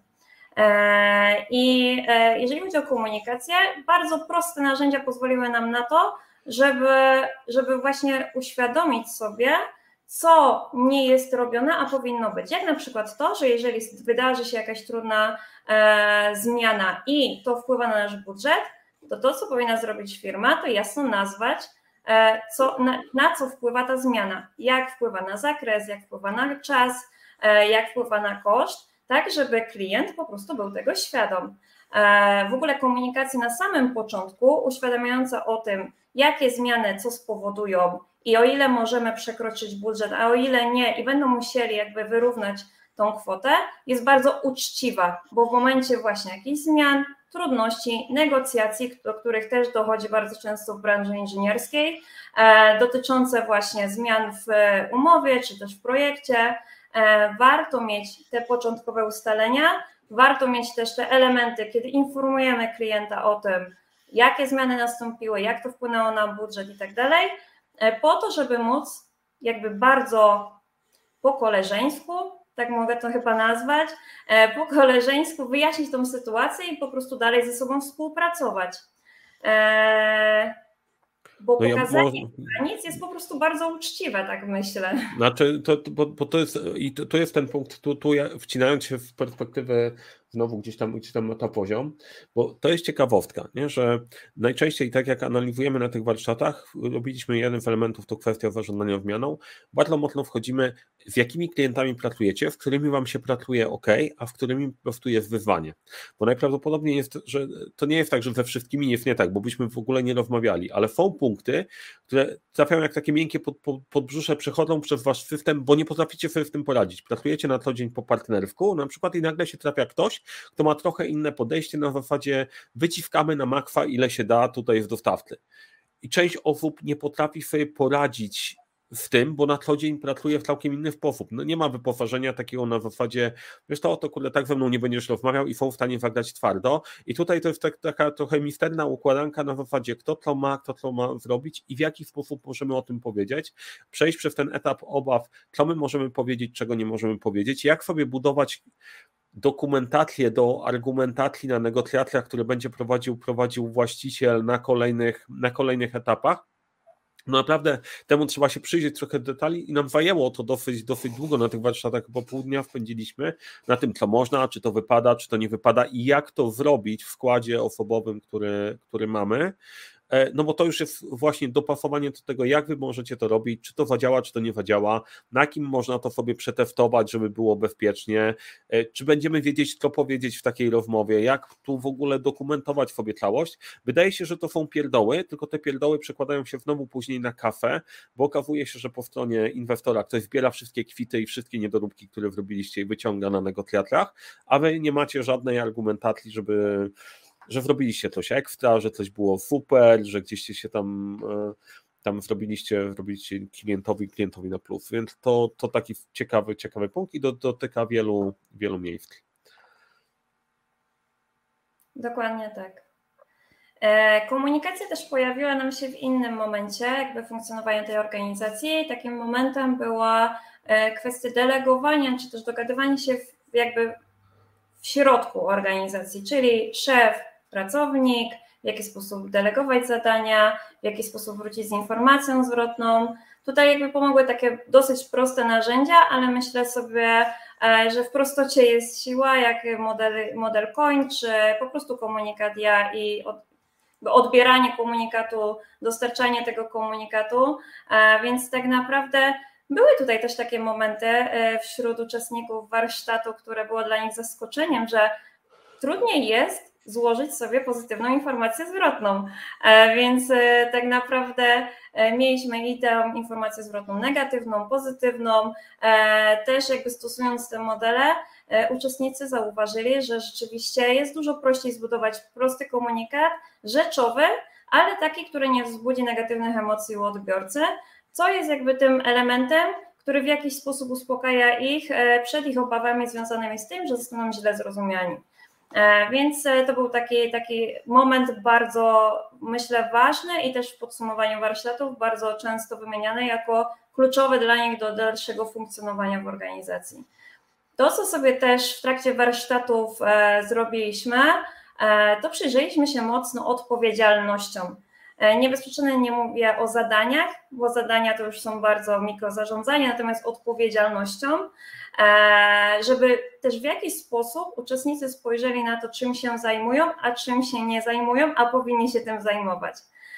I jeżeli chodzi o komunikację, bardzo proste narzędzia pozwoliły nam na to, żeby właśnie uświadomić sobie, co nie jest robione, a powinno być. Jak na przykład to, że jeżeli wydarzy się jakaś trudna zmiana i to wpływa na nasz budżet, to co powinna zrobić firma, to jasno nazwać, na co wpływa ta zmiana, jak wpływa na zakres, jak wpływa na czas, jak wpływa na koszt, tak żeby klient po prostu był tego świadom. W ogóle komunikacja na samym początku, uświadamiająca o tym, jakie zmiany co spowodują i o ile możemy przekroczyć budżet, a o ile nie i będą musieli jakby wyrównać tą kwotę, jest bardzo uczciwa, bo w momencie właśnie jakichś zmian, trudności, negocjacji, do których też dochodzi bardzo często w branży inżynierskiej, dotyczące właśnie zmian w umowie czy też w projekcie, warto mieć te początkowe ustalenia, warto mieć też te elementy, kiedy informujemy klienta o tym, jakie zmiany nastąpiły, jak to wpłynęło na budżet i tak dalej, po to, żeby móc jakby bardzo po koleżeńsku, tak mogę to chyba nazwać, po koleżeńsku wyjaśnić tą sytuację i po prostu dalej ze sobą współpracować. Bo pokazanie granic jest po prostu bardzo uczciwe, tak myślę. Znaczy, bo to jest ten punkt, tu ja wcinając się w perspektywę znowu gdzieś tam na to poziom, bo to jest ciekawostka, nie? Że najczęściej tak jak analizujemy na tych warsztatach, robiliśmy jeden z elementów, to kwestia zarządzania zmianą, bardzo mocno wchodzimy, z jakimi klientami pracujecie, w którymi wam się pracuje ok, a w którymi po prostu jest wyzwanie. Bo najprawdopodobniej jest, że to nie jest tak, że ze wszystkimi jest nie tak, bo byśmy w ogóle nie rozmawiali, ale są punkty, które trafiają jak takie miękkie podbrzusze, przechodzą przez wasz system, bo nie potraficie sobie z tym poradzić. Pracujecie na co dzień po partnersku, na przykład i nagle się trafia ktoś, kto ma trochę inne podejście na zasadzie wyciskamy na makwa ile się da, tutaj jest dostawcy. I część osób nie potrafi sobie poradzić w tym, bo na co dzień pracuje w całkiem inny sposób. No nie ma wyposażenia takiego na zasadzie, wiesz to kurde, tak ze mną nie będziesz rozmawiał i są w stanie zagrać twardo. I tutaj to jest taka trochę misterna układanka na zasadzie, kto co ma zrobić i w jaki sposób możemy o tym powiedzieć, przejść przez ten etap obaw, co my możemy powiedzieć, czego nie możemy powiedzieć, jak sobie budować dokumentację do argumentacji na negocjacjach, które będzie prowadził właściciel na kolejnych etapach. No naprawdę temu trzeba się przyjrzeć trochę detali i nam zajęło to dosyć długo na tych warsztatach, bo pół dnia spędziliśmy na tym, co można, czy to wypada, czy to nie wypada i jak to zrobić w składzie osobowym, który mamy. No bo to już jest właśnie dopasowanie do tego, jak wy możecie to robić, czy to zadziała, czy to nie zadziała, na kim można to sobie przetestować, żeby było bezpiecznie, czy będziemy wiedzieć, co powiedzieć w takiej rozmowie, jak tu w ogóle dokumentować sobie całość. Wydaje się, że to są pierdoły, tylko te pierdoły przekładają się znowu później na kafę, bo okazuje się, że po stronie inwestora ktoś zbiera wszystkie kwity i wszystkie niedoróbki, które zrobiliście i wyciąga na negocjacjach, a wy nie macie żadnej argumentacji, że zrobiliście coś ekstra, że coś było super, że gdzieś się tam zrobiliście klientowi na plus, więc to taki ciekawy punkt i dotyka wielu miejsc. Dokładnie tak. Komunikacja też pojawiła nam się w innym momencie jakby funkcjonowania tej organizacji. Takim momentem była kwestia delegowania, czy też dogadywania się jakby w środku organizacji, czyli szef, pracownik, w jaki sposób delegować zadania, w jaki sposób wrócić z informacją zwrotną. Tutaj jakby pomogły takie dosyć proste narzędzia, ale myślę sobie, że w prostocie jest siła, jak model COIN, czy po prostu komunikat ja i odbieranie komunikatu, dostarczanie tego komunikatu, więc tak naprawdę były tutaj też takie momenty wśród uczestników warsztatu, które było dla nich zaskoczeniem, że trudniej jest złożyć sobie pozytywną informację zwrotną, więc tak naprawdę mieliśmy i tę informację zwrotną negatywną, pozytywną, też jakby stosując te modele, uczestnicy zauważyli, że rzeczywiście jest dużo prościej zbudować prosty komunikat, rzeczowy, ale taki, który nie wzbudzi negatywnych emocji u odbiorcy, co jest jakby tym elementem, który w jakiś sposób uspokaja ich przed ich obawami związanymi z tym, że zostaną źle zrozumiani. Więc to był taki moment bardzo, myślę, ważny i też w podsumowaniu warsztatów bardzo często wymieniany jako kluczowy dla nich do dalszego funkcjonowania w organizacji. To, co sobie też w trakcie warsztatów zrobiliśmy, to przyjrzeliśmy się mocno odpowiedzialnościom. Niebezpieczne nie mówię o zadaniach, bo zadania to już są bardzo mikrozarządzanie, natomiast odpowiedzialnością, żeby też w jakiś sposób uczestnicy spojrzeli na to, czym się zajmują, a czym się nie zajmują, a powinni się tym zajmować.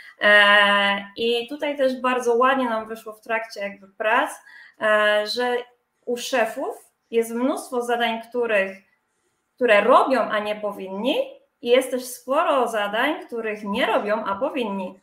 I tutaj też bardzo ładnie nam wyszło w trakcie jakby prac, że u szefów jest mnóstwo zadań, które robią, a nie powinni, i jest też sporo zadań, których nie robią, a powinni.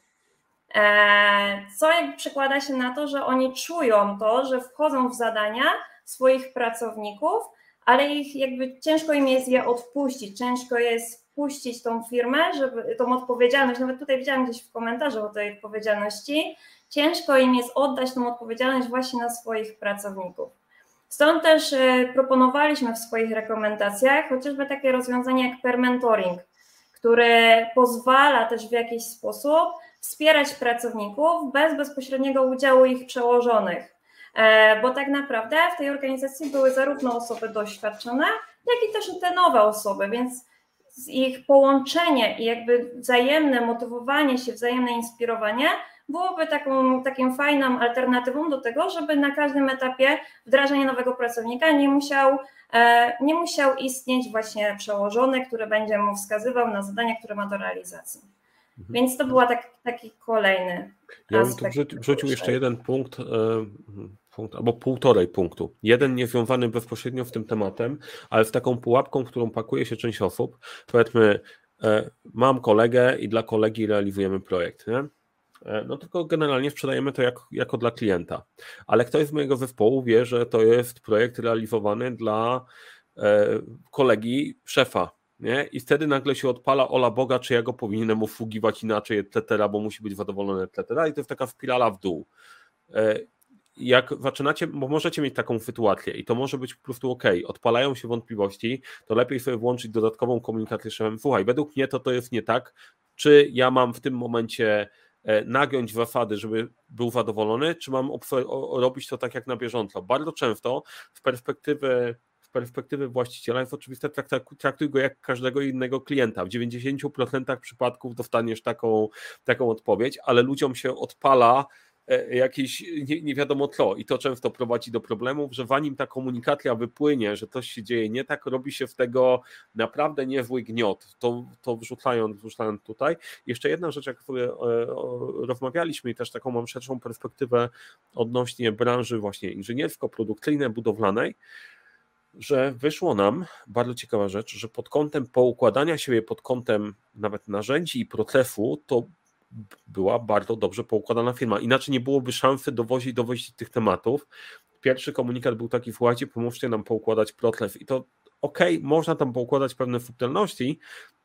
Co jakby przekłada się na to, że oni czują to, że wchodzą w zadania swoich pracowników, ale ich jakby ciężko im jest je odpuścić, ciężko jest puścić tą firmę, żeby tą odpowiedzialność, nawet tutaj widziałam gdzieś w komentarzu o tej odpowiedzialności, ciężko im jest oddać tą odpowiedzialność właśnie na swoich pracowników. Stąd też proponowaliśmy w swoich rekomendacjach chociażby takie rozwiązanie jak peer mentoring, które pozwala też w jakiś sposób wspierać pracowników bez bezpośredniego udziału ich przełożonych, bo tak naprawdę w tej organizacji były zarówno osoby doświadczone, jak i też te nowe osoby, więc ich połączenie i jakby wzajemne motywowanie się, wzajemne inspirowanie byłoby takim fajną alternatywą do tego, żeby na każdym etapie wdrażania nowego pracownika nie musiał istnieć właśnie przełożony, który będzie mu wskazywał na zadania, które ma do realizacji. Więc to była taki kolejny aspekt. Ja bym tu wrzucił jeszcze jeden punkt albo półtorej punktu. Jeden niezwiązany bezpośrednio z tym tematem, ale z taką pułapką, którą pakuje się część osób. Powiedzmy, mam kolegę i dla kolegi realizujemy projekt, nie? No tylko generalnie sprzedajemy to jako dla klienta, ale ktoś z mojego zespołu wie, że to jest projekt realizowany dla kolegi szefa, nie? I wtedy nagle się odpala ola Boga, czy ja go powinienem usługiwać inaczej, etc., bo musi być zadowolony, etc. I to jest taka spirala w dół. jak zaczynacie, bo możecie mieć taką sytuację i to może być po prostu odpalają się wątpliwości, to lepiej sobie włączyć dodatkową komunikację z szefem. Słuchaj, według mnie to jest nie tak, czy ja mam w tym momencie nagiąć zasady, żeby był zadowolony, czy mam robić to tak jak na bieżąco. Bardzo często z perspektywy właściciela jest oczywiste, traktuj go jak każdego innego klienta. W 90% przypadków dostaniesz taką odpowiedź, ale ludziom się odpala jakieś nie wiadomo co i to często prowadzi do problemów, że zanim ta komunikacja wypłynie, że coś się dzieje nie tak, robi się w tego naprawdę niezły gniot, to wrzucając tutaj. Jeszcze jedna rzecz, jak sobie rozmawialiśmy i też taką mam szerszą perspektywę odnośnie branży właśnie inżyniersko-produkcyjnej, budowlanej, że wyszło nam bardzo ciekawa rzecz, że pod kątem poukładania siebie, pod kątem nawet narzędzi i procesu, to była bardzo dobrze poukładana firma. Inaczej nie byłoby szansy dowozić tych tematów. Pierwszy komunikat był taki, słuchajcie, pomóżcie nam poukładać proces i to można tam poukładać pewne subtelności,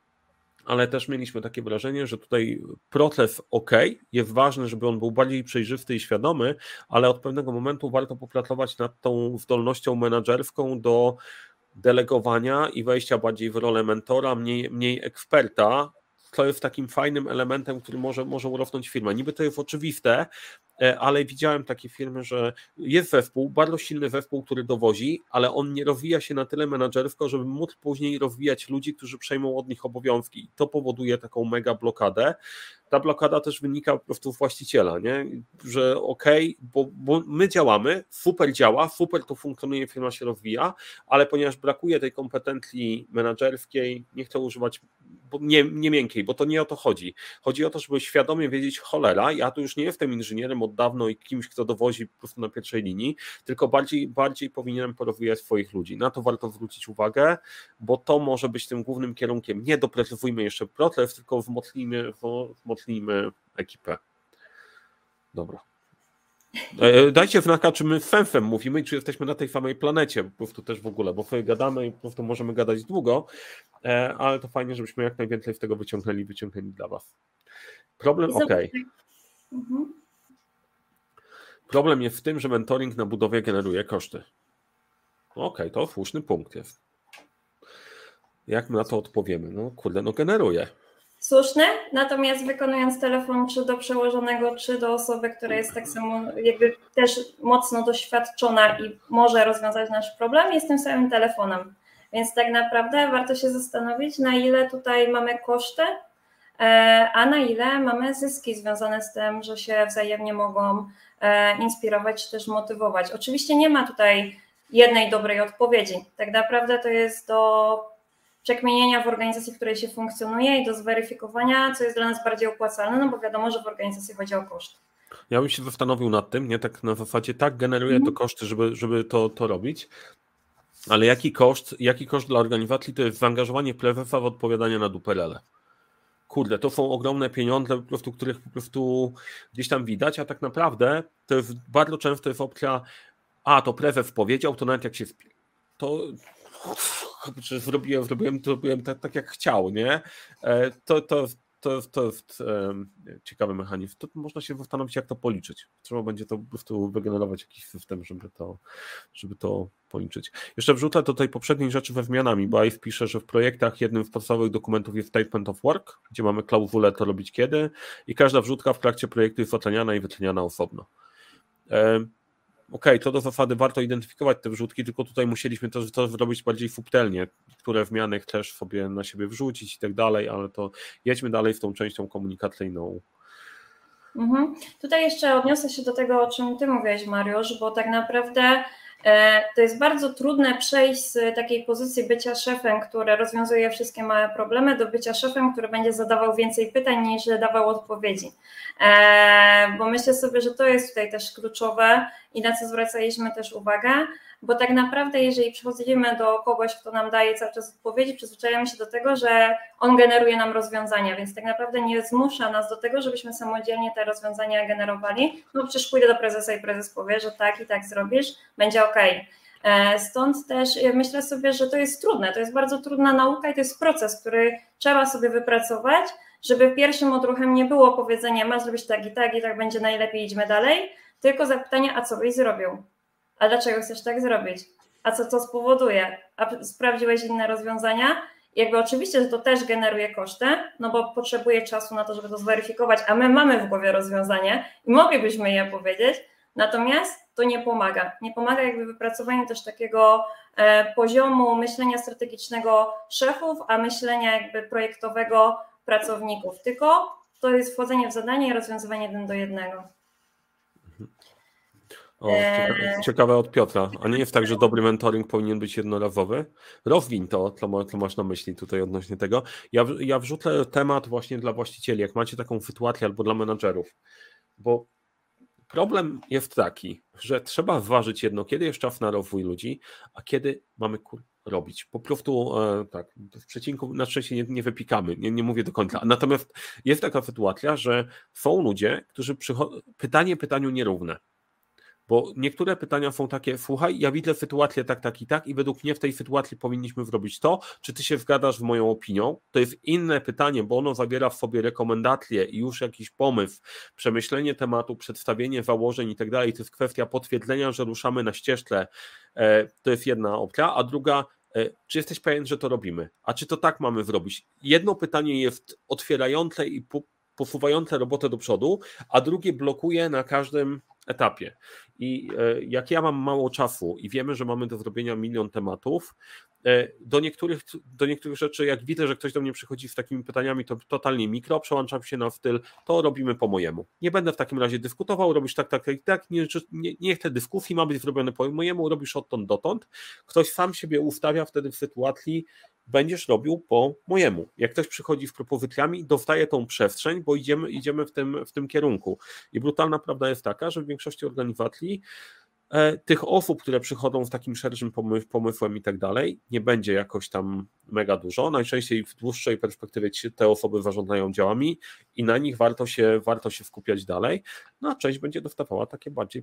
ale też mieliśmy takie wrażenie, że tutaj proces jest ważny, żeby on był bardziej przejrzysty i świadomy, ale od pewnego momentu warto popracować nad tą zdolnością menedżerską do delegowania i wejścia bardziej w rolę mentora, mniej eksperta, co jest takim fajnym elementem, który może urosnąć firmę. Niby to jest oczywiste, ale widziałem takie firmy, że jest zespół, bardzo silny zespół, który dowozi, ale on nie rozwija się na tyle menedżersko, żeby móc później rozwijać ludzi, którzy przejmą od nich obowiązki. I to powoduje taką mega blokadę. Ta blokada też wynika po prostu z właściciela, nie? Że bo my działamy, super działa, super to funkcjonuje, firma się rozwija, ale ponieważ brakuje tej kompetencji menedżerskiej, nie chcę używać nie miękkiej, bo to nie o to chodzi. Chodzi o to, żeby świadomie wiedzieć, cholera, ja tu już nie jestem inżynierem od dawno i kimś, kto dowozi po prostu na pierwszej linii, tylko bardziej powinienem porozwijać swoich ludzi. Na to warto zwrócić uwagę, bo to może być tym głównym kierunkiem. Nie doprecyzujmy jeszcze proces, tylko wzmocnijmy ekipę. Dobra. Dajcie znaka, czy my z sensem mówimy i czy jesteśmy na tej samej planecie, po prostu też w ogóle, bo sobie gadamy i po prostu możemy gadać długo, ale to fajnie, żebyśmy jak najwięcej z tego wyciągnęli dla was. Problem, Problem jest w tym, że mentoring na budowie generuje koszty. To słuszny punkt jest. Jak my na to odpowiemy? Generuje. Słuszne, natomiast wykonując telefon czy do przełożonego, czy do osoby, która jest tak samo jakby też mocno doświadczona i może rozwiązać nasz problem, jest tym samym telefonem. Więc tak naprawdę warto się zastanowić, na ile tutaj mamy koszty, a na ile mamy zyski związane z tym, że się wzajemnie mogą inspirować czy też motywować. Oczywiście nie ma tutaj jednej dobrej odpowiedzi. Tak naprawdę to jest do przekmienienia w organizacji, w której się funkcjonuje i do zweryfikowania, co jest dla nas bardziej opłacalne, bo wiadomo, że w organizacji chodzi o koszt. Ja bym się zastanowił nad tym, nie tak na zasadzie, generuje to koszty, żeby to robić, ale jaki koszt dla organizacji to jest zaangażowanie prezesa w odpowiadanie na duperele. Kurde, to są ogromne pieniądze, których po prostu gdzieś tam widać, a tak naprawdę to jest bardzo często jest opcja, to prezes powiedział, to nawet jak się to zrobiłem tak jak chciał, nie? To jest ciekawy mechanizm. To można się zastanowić, jak to policzyć. Trzeba będzie to po prostu wygenerować jakiś system, żeby to policzyć. Jeszcze wrzucę do tej poprzedniej rzeczy ze zmianami, bo ICE pisze, że w projektach jednym z podstawowych dokumentów jest statement of work, gdzie mamy klauzulę, to robić kiedy i każda wrzutka w trakcie projektu jest oceniana i wyceniana osobno. To do zasady warto identyfikować te wrzutki, tylko tutaj musieliśmy to zrobić bardziej subtelnie, które zmiany chcesz sobie na siebie wrzucić i tak dalej, ale to jedźmy dalej z tą częścią komunikacyjną. Tutaj jeszcze odniosę się do tego, o czym ty mówiłeś, Mariusz, bo tak naprawdę to jest bardzo trudne przejść z takiej pozycji bycia szefem, który rozwiązuje wszystkie małe problemy, do bycia szefem, który będzie zadawał więcej pytań niż dawał odpowiedzi. Bo myślę sobie, że to jest tutaj też kluczowe i na co zwracaliśmy też uwagę, bo tak naprawdę jeżeli przychodzimy do kogoś, kto nam daje cały czas odpowiedzi, przyzwyczajamy się do tego, że on generuje nam rozwiązania, więc tak naprawdę nie zmusza nas do tego, żebyśmy samodzielnie te rozwiązania generowali, no przecież pójdę do prezesa i prezes powie, że tak i tak zrobisz, będzie okej. Stąd też myślę sobie, że to jest trudne, to jest bardzo trudna nauka i to jest proces, który trzeba sobie wypracować, żeby pierwszym odruchem nie było powiedzenia, ma zrobić tak i tak będzie najlepiej, idźmy dalej, tylko zapytanie, a co byś zrobił? A dlaczego chcesz tak zrobić? A co to spowoduje? A sprawdziłeś inne rozwiązania? Jakby oczywiście, że to też generuje koszty, no bo potrzebuje czasu na to, żeby to zweryfikować, a my mamy w głowie rozwiązanie i moglibyśmy je powiedzieć, natomiast to nie pomaga. Nie pomaga jakby wypracowaniu też takiego poziomu myślenia strategicznego szefów, a myślenia jakby projektowego pracowników, tylko to jest wchodzenie w zadanie i rozwiązywanie 1 do 1. O, ciekawe od Piotra. A nie jest tak, że dobry mentoring powinien być jednorazowy? Rozwiń to, co masz na myśli tutaj odnośnie tego. Ja wrzucę temat właśnie dla właścicieli, jak macie taką sytuację, albo dla menadżerów, bo problem jest taki, że trzeba zważyć jedno, kiedy jest czas na rozwój ludzi, a kiedy mamy robić. Po prostu tak, w przecinku na szczęście nie wypikamy, nie mówię do końca. Natomiast jest taka sytuacja, że są ludzie, którzy pytanie pytaniu nierówne. Bo niektóre pytania są takie, słuchaj, ja widzę sytuację tak i według mnie w tej sytuacji powinniśmy zrobić to, czy ty się zgadzasz z moją opinią? To jest inne pytanie, bo ono zawiera w sobie rekomendacje i już jakiś pomysł, przemyślenie tematu, przedstawienie założeń i tak dalej. To jest kwestia potwierdzenia, że ruszamy na ścieżce. To jest jedna opcja, a druga, czy jesteś pewien, że to robimy? A czy to tak mamy zrobić? Jedno pytanie jest otwierające i posuwające robotę do przodu, a drugie blokuje na każdym etapie. I jak ja mam mało czasu i wiemy, że mamy do zrobienia milion tematów, do niektórych rzeczy, jak widzę, że ktoś do mnie przychodzi z takimi pytaniami, to totalnie mikro, przełączam się na styl, to robimy po mojemu. Nie będę w takim razie dyskutował, robisz tak, nie chcę dyskusji, ma być zrobione po mojemu, robisz odtąd dotąd. Ktoś sam siebie ustawia wtedy w sytuacji, będziesz robił po mojemu. Jak ktoś przychodzi z propozycjami, dostaje tą przestrzeń, bo idziemy w tym kierunku. I brutalna prawda jest taka, że w większości organizacji tych osób, które przychodzą z takim szerszym pomysłem i tak dalej, nie będzie jakoś tam mega dużo. Najczęściej w dłuższej perspektywie te osoby zarządzają działami i na nich warto się skupiać dalej. No a część będzie dostawała takie bardziej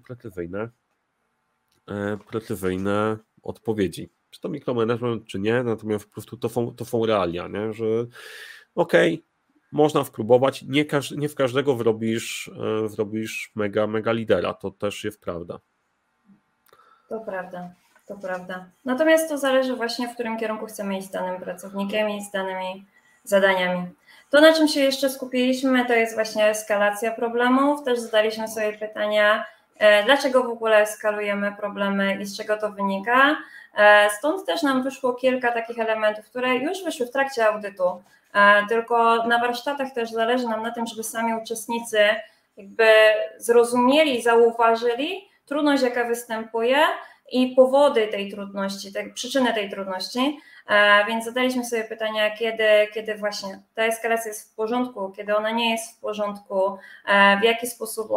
precyzyjne odpowiedzi. Czy to mikromanagement, czy nie, natomiast po prostu to są realia, nie? Że okej, można spróbować, nie w każdego zrobisz mega lidera, to też jest prawda. To prawda. Natomiast to zależy właśnie, w którym kierunku chcemy iść z danym pracownikiem i z danymi zadaniami. To, na czym się jeszcze skupiliśmy, to jest właśnie eskalacja problemów. Też zadaliśmy sobie pytania, dlaczego w ogóle eskalujemy problemy i z czego to wynika. Stąd też nam wyszło kilka takich elementów, które już wyszły w trakcie audytu, tylko na warsztatach też zależy nam na tym, żeby sami uczestnicy jakby zrozumieli, zauważyli trudność, jaka występuje i powody tej trudności, przyczyny tej trudności, więc zadaliśmy sobie pytania, kiedy właśnie ta eskalacja jest w porządku, kiedy ona nie jest w porządku, w jaki sposób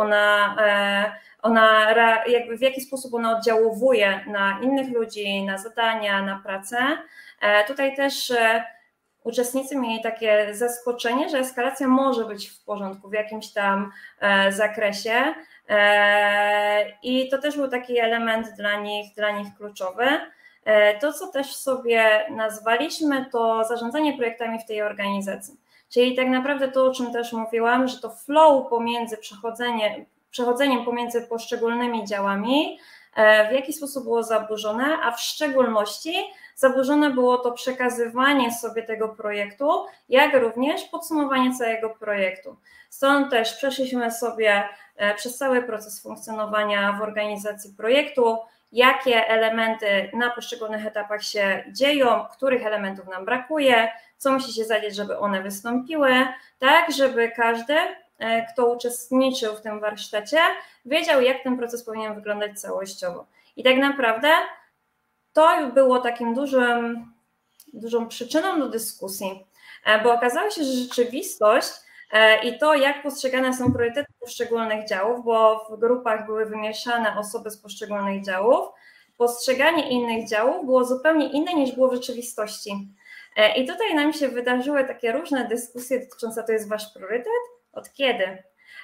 w jaki sposób ona oddziałuje na innych ludzi, na zadania, na pracę. Tutaj też uczestnicy mieli takie zaskoczenie, że eskalacja może być w porządku w jakimś tam zakresie i to też był taki element dla nich kluczowy. To, co też sobie nazwaliśmy, to zarządzanie projektami w tej organizacji. Czyli tak naprawdę to, o czym też mówiłam, że to flow pomiędzy przechodzeniem pomiędzy poszczególnymi działami, w jaki sposób było zaburzone, a w szczególności zaburzone było to przekazywanie sobie tego projektu, jak również podsumowanie całego projektu. Stąd też przeszliśmy sobie przez cały proces funkcjonowania w organizacji projektu, jakie elementy na poszczególnych etapach się dzieją, których elementów nam brakuje, co musi się zadzieć, żeby one wystąpiły, tak żeby każdy, kto uczestniczył w tym warsztacie, wiedział, jak ten proces powinien wyglądać całościowo. I tak naprawdę to było takim dużą przyczyną do dyskusji, bo okazało się, że rzeczywistość i to, jak postrzegane są priorytety poszczególnych działów, bo w grupach były wymieszane osoby z poszczególnych działów, postrzeganie innych działów było zupełnie inne niż było w rzeczywistości. I tutaj nam się wydarzyły takie różne dyskusje dotyczące, to jest wasz priorytet? Od kiedy?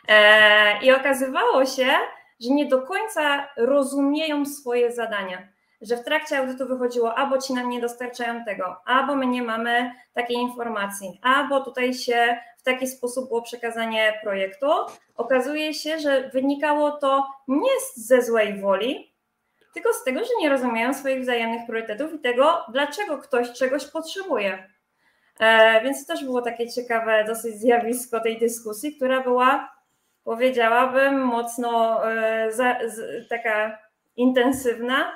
I okazywało się, że nie do końca rozumieją swoje zadania. że w trakcie audytu wychodziło, albo ci nam nie dostarczają tego, albo my nie mamy takiej informacji, albo tutaj się w taki sposób było przekazanie projektu. Okazuje się, że wynikało to nie ze złej woli, tylko z tego, że nie rozumieją swoich wzajemnych priorytetów i tego, dlaczego ktoś czegoś potrzebuje. Więc to też było takie ciekawe dosyć zjawisko tej dyskusji, która była, powiedziałabym, mocno taka intensywna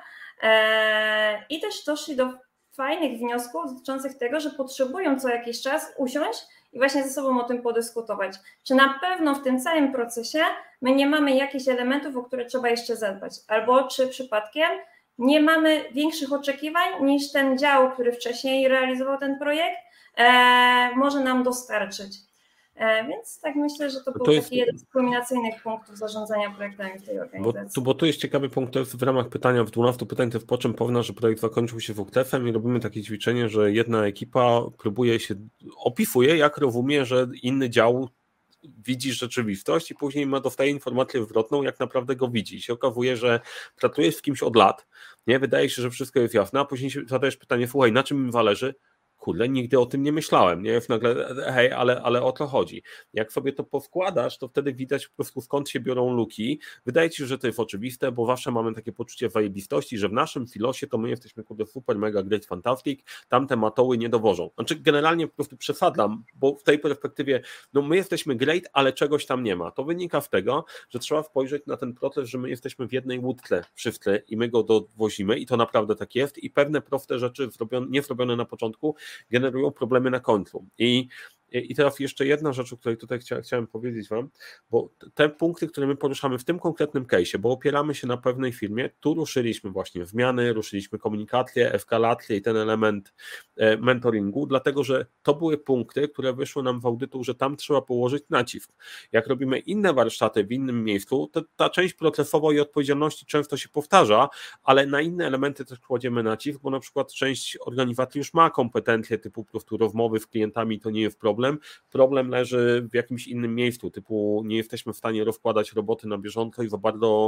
i też doszli do fajnych wniosków dotyczących tego, że potrzebują co jakiś czas usiąść i właśnie ze sobą o tym podyskutować. Czy na pewno w tym całym procesie my nie mamy jakichś elementów, o które trzeba jeszcze zadbać, albo czy przypadkiem nie mamy większych oczekiwań niż ten dział, który wcześniej realizował ten projekt, może nam dostarczyć. Więc tak myślę, że to był taki jeden z kulminacyjnych punktów zarządzania projektami w tej organizacji. Bo tu jest ciekawy punkt, to jest w ramach pytania, w 12 pytań, to po czym powiem, że projekt zakończył się WTF-em i robimy takie ćwiczenie, że jedna ekipa opisuje, jak rozumie, że inny dział widzi rzeczywistość i później dostaje informację zwrotną, jak naprawdę go widzi. I się okazuje, że pracujesz z kimś od lat, nie? Wydaje się, że wszystko jest jasne, a później zadajesz pytanie, słuchaj, na czym mi zależy? Kurde, nigdy o tym nie myślałem, nie? Nagle, hej, ale o co chodzi? Jak sobie to poskładasz, to wtedy widać po prostu skąd się biorą luki. Wydaje ci się, że to jest oczywiste, bo zawsze mamy takie poczucie zajebistości, że w naszym silosie to my jesteśmy kurde super, mega, great, fantastic, tamte matoły nie dowożą. Znaczy generalnie po prostu przesadzam, bo w tej perspektywie, no my jesteśmy great, ale czegoś tam nie ma. To wynika z tego, że trzeba spojrzeć na ten proces, że my jesteśmy w jednej łódce wszyscy i my go dowozimy i to naprawdę tak jest i pewne proste rzeczy nie zrobione na początku generują problemy na końcu. I teraz jeszcze jedna rzecz, o której tutaj chciałem powiedzieć wam, bo te punkty, które my poruszamy w tym konkretnym case'ie, bo opieramy się na pewnej firmie, tu ruszyliśmy właśnie zmiany, ruszyliśmy komunikację, eskalację i ten element mentoringu, dlatego że to były punkty, które wyszły nam w audytu, że tam trzeba położyć nacisk. Jak robimy inne warsztaty w innym miejscu, to ta część procesowa i odpowiedzialności często się powtarza, ale na inne elementy też kładziemy nacisk, bo na przykład część organizacji już ma kompetencje typu po prostu rozmowy z klientami, to nie jest problem. Problem leży w jakimś innym miejscu, typu nie jesteśmy w stanie rozkładać roboty na bieżąco i za bardzo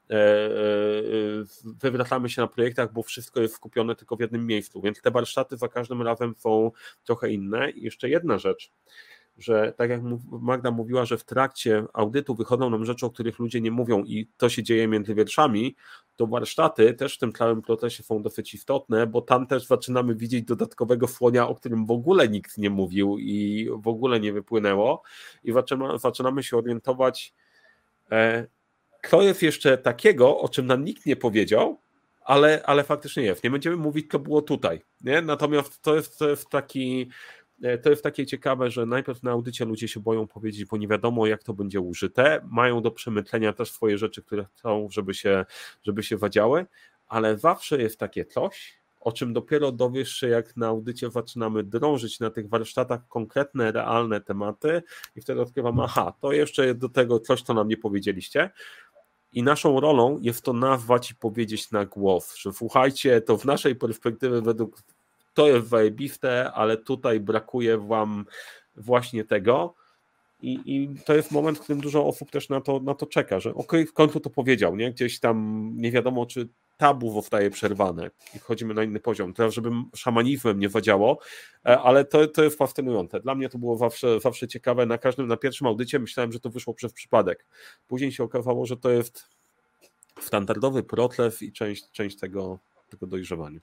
wywracamy się na projektach, bo wszystko jest skupione tylko w jednym miejscu, więc te warsztaty za każdym razem są trochę inne. I jeszcze jedna rzecz, że tak jak Magda mówiła, że w trakcie audytu wychodzą nam rzeczy, o których ludzie nie mówią i to się dzieje między wierszami, to warsztaty też w tym całym procesie są dosyć istotne, bo tam też zaczynamy widzieć dodatkowego słonia, o którym w ogóle nikt nie mówił i w ogóle nie wypłynęło i zaczynamy się orientować, co jest jeszcze takiego, o czym nam nikt nie powiedział, ale faktycznie jest. Nie będziemy mówić, co było tutaj, nie? Natomiast to jest takie ciekawe, że najpierw na audycie ludzie się boją powiedzieć, bo nie wiadomo, jak to będzie użyte. Mają do przemyślenia też swoje rzeczy, które chcą, żeby się wadziały, ale zawsze jest takie coś, o czym dopiero dowiesz się, jak na audycie zaczynamy drążyć na tych warsztatach konkretne, realne tematy i wtedy odkrywam, aha, to jeszcze do tego coś, co nam nie powiedzieliście. I naszą rolą jest to nazwać i powiedzieć na głos, że słuchajcie, to w naszej perspektywie według to jest zajebiste, ale tutaj brakuje wam właśnie tego i to jest moment, w którym dużo osób też na to czeka, że okej, w końcu to powiedział, nie? Gdzieś tam nie wiadomo, czy tabu zostaje przerwane i wchodzimy na inny poziom. Teraz, żeby szamanizmem nie zadziało, ale to jest fascynujące. Dla mnie to było zawsze ciekawe. Na pierwszym audycie myślałem, że to wyszło przez przypadek. Później się okazało, że to jest standardowy proces i część tego dojrzewania.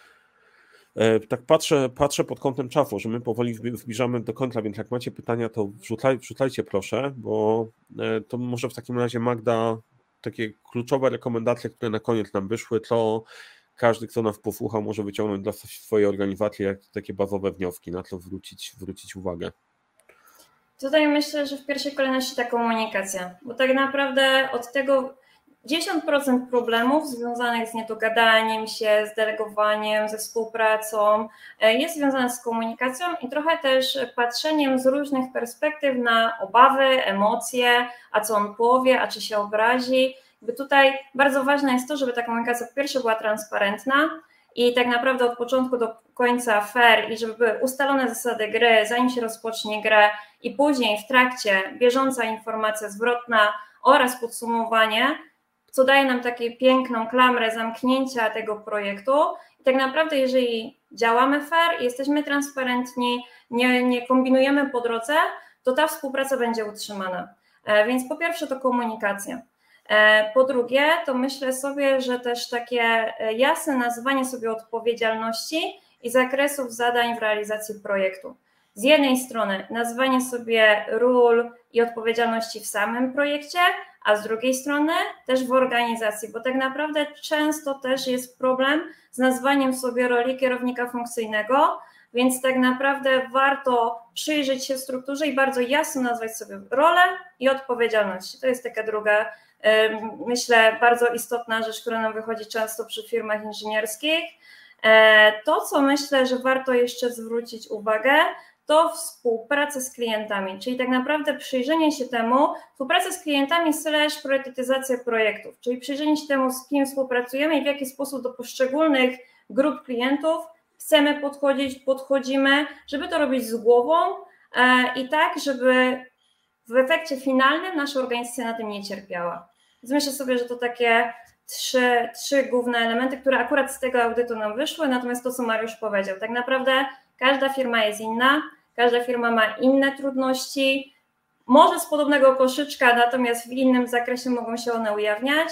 Tak patrzę pod kątem czasu, że my powoli zbliżamy do końca, więc jak macie pytania, to wrzucajcie proszę, bo to może w takim razie Magda takie kluczowe rekomendacje, które na koniec nam wyszły, to każdy, kto nas posłuchał, może wyciągnąć dla swojej organizacji jak takie bazowe wnioski, na co zwrócić uwagę. Tutaj myślę, że w pierwszej kolejności ta komunikacja, bo tak naprawdę od tego 90% problemów związanych z niedogadaniem się, z delegowaniem, ze współpracą jest związane z komunikacją i trochę też patrzeniem z różnych perspektyw na obawy, emocje, a co on powie, a czy się obrazi. Tutaj bardzo ważne jest to, żeby ta komunikacja po pierwsze była transparentna i tak naprawdę od początku do końca fair i żeby były ustalone zasady gry, zanim się rozpocznie grę i później w trakcie bieżąca informacja zwrotna oraz podsumowanie. co daje nam taką piękną klamrę zamknięcia tego projektu. I tak naprawdę, jeżeli działamy fair, jesteśmy transparentni, nie kombinujemy po drodze, to ta współpraca będzie utrzymana. Więc po pierwsze to komunikacja. Po drugie, to myślę sobie, że też takie jasne nazywanie sobie odpowiedzialności i zakresów zadań w realizacji projektu. Z jednej strony nazywanie sobie ról i odpowiedzialności w samym projekcie, a z drugiej strony też w organizacji, bo tak naprawdę często też jest problem z nazwaniem sobie roli kierownika funkcyjnego, więc tak naprawdę warto przyjrzeć się strukturze i bardzo jasno nazwać sobie rolę i odpowiedzialności. To jest taka druga, myślę, bardzo istotna rzecz, która nam wychodzi często przy firmach inżynierskich. To, co myślę, że warto jeszcze zwrócić uwagę, to współpraca z klientami, czyli tak naprawdę przyjrzenie się temu, współpraca z klientami / priorytetyzacja projektów, czyli przyjrzenie się temu, z kim współpracujemy i w jaki sposób do poszczególnych grup klientów chcemy podchodzimy, żeby to robić z głową i tak, żeby w efekcie finalnym nasza organizacja na tym nie cierpiała. Więc myślę sobie, że to takie trzy główne elementy, które akurat z tego audytu nam wyszły, natomiast to, co Mariusz powiedział, tak naprawdę każda firma jest inna, każda firma ma inne trudności, może z podobnego koszyczka, natomiast w innym zakresie mogą się one ujawniać,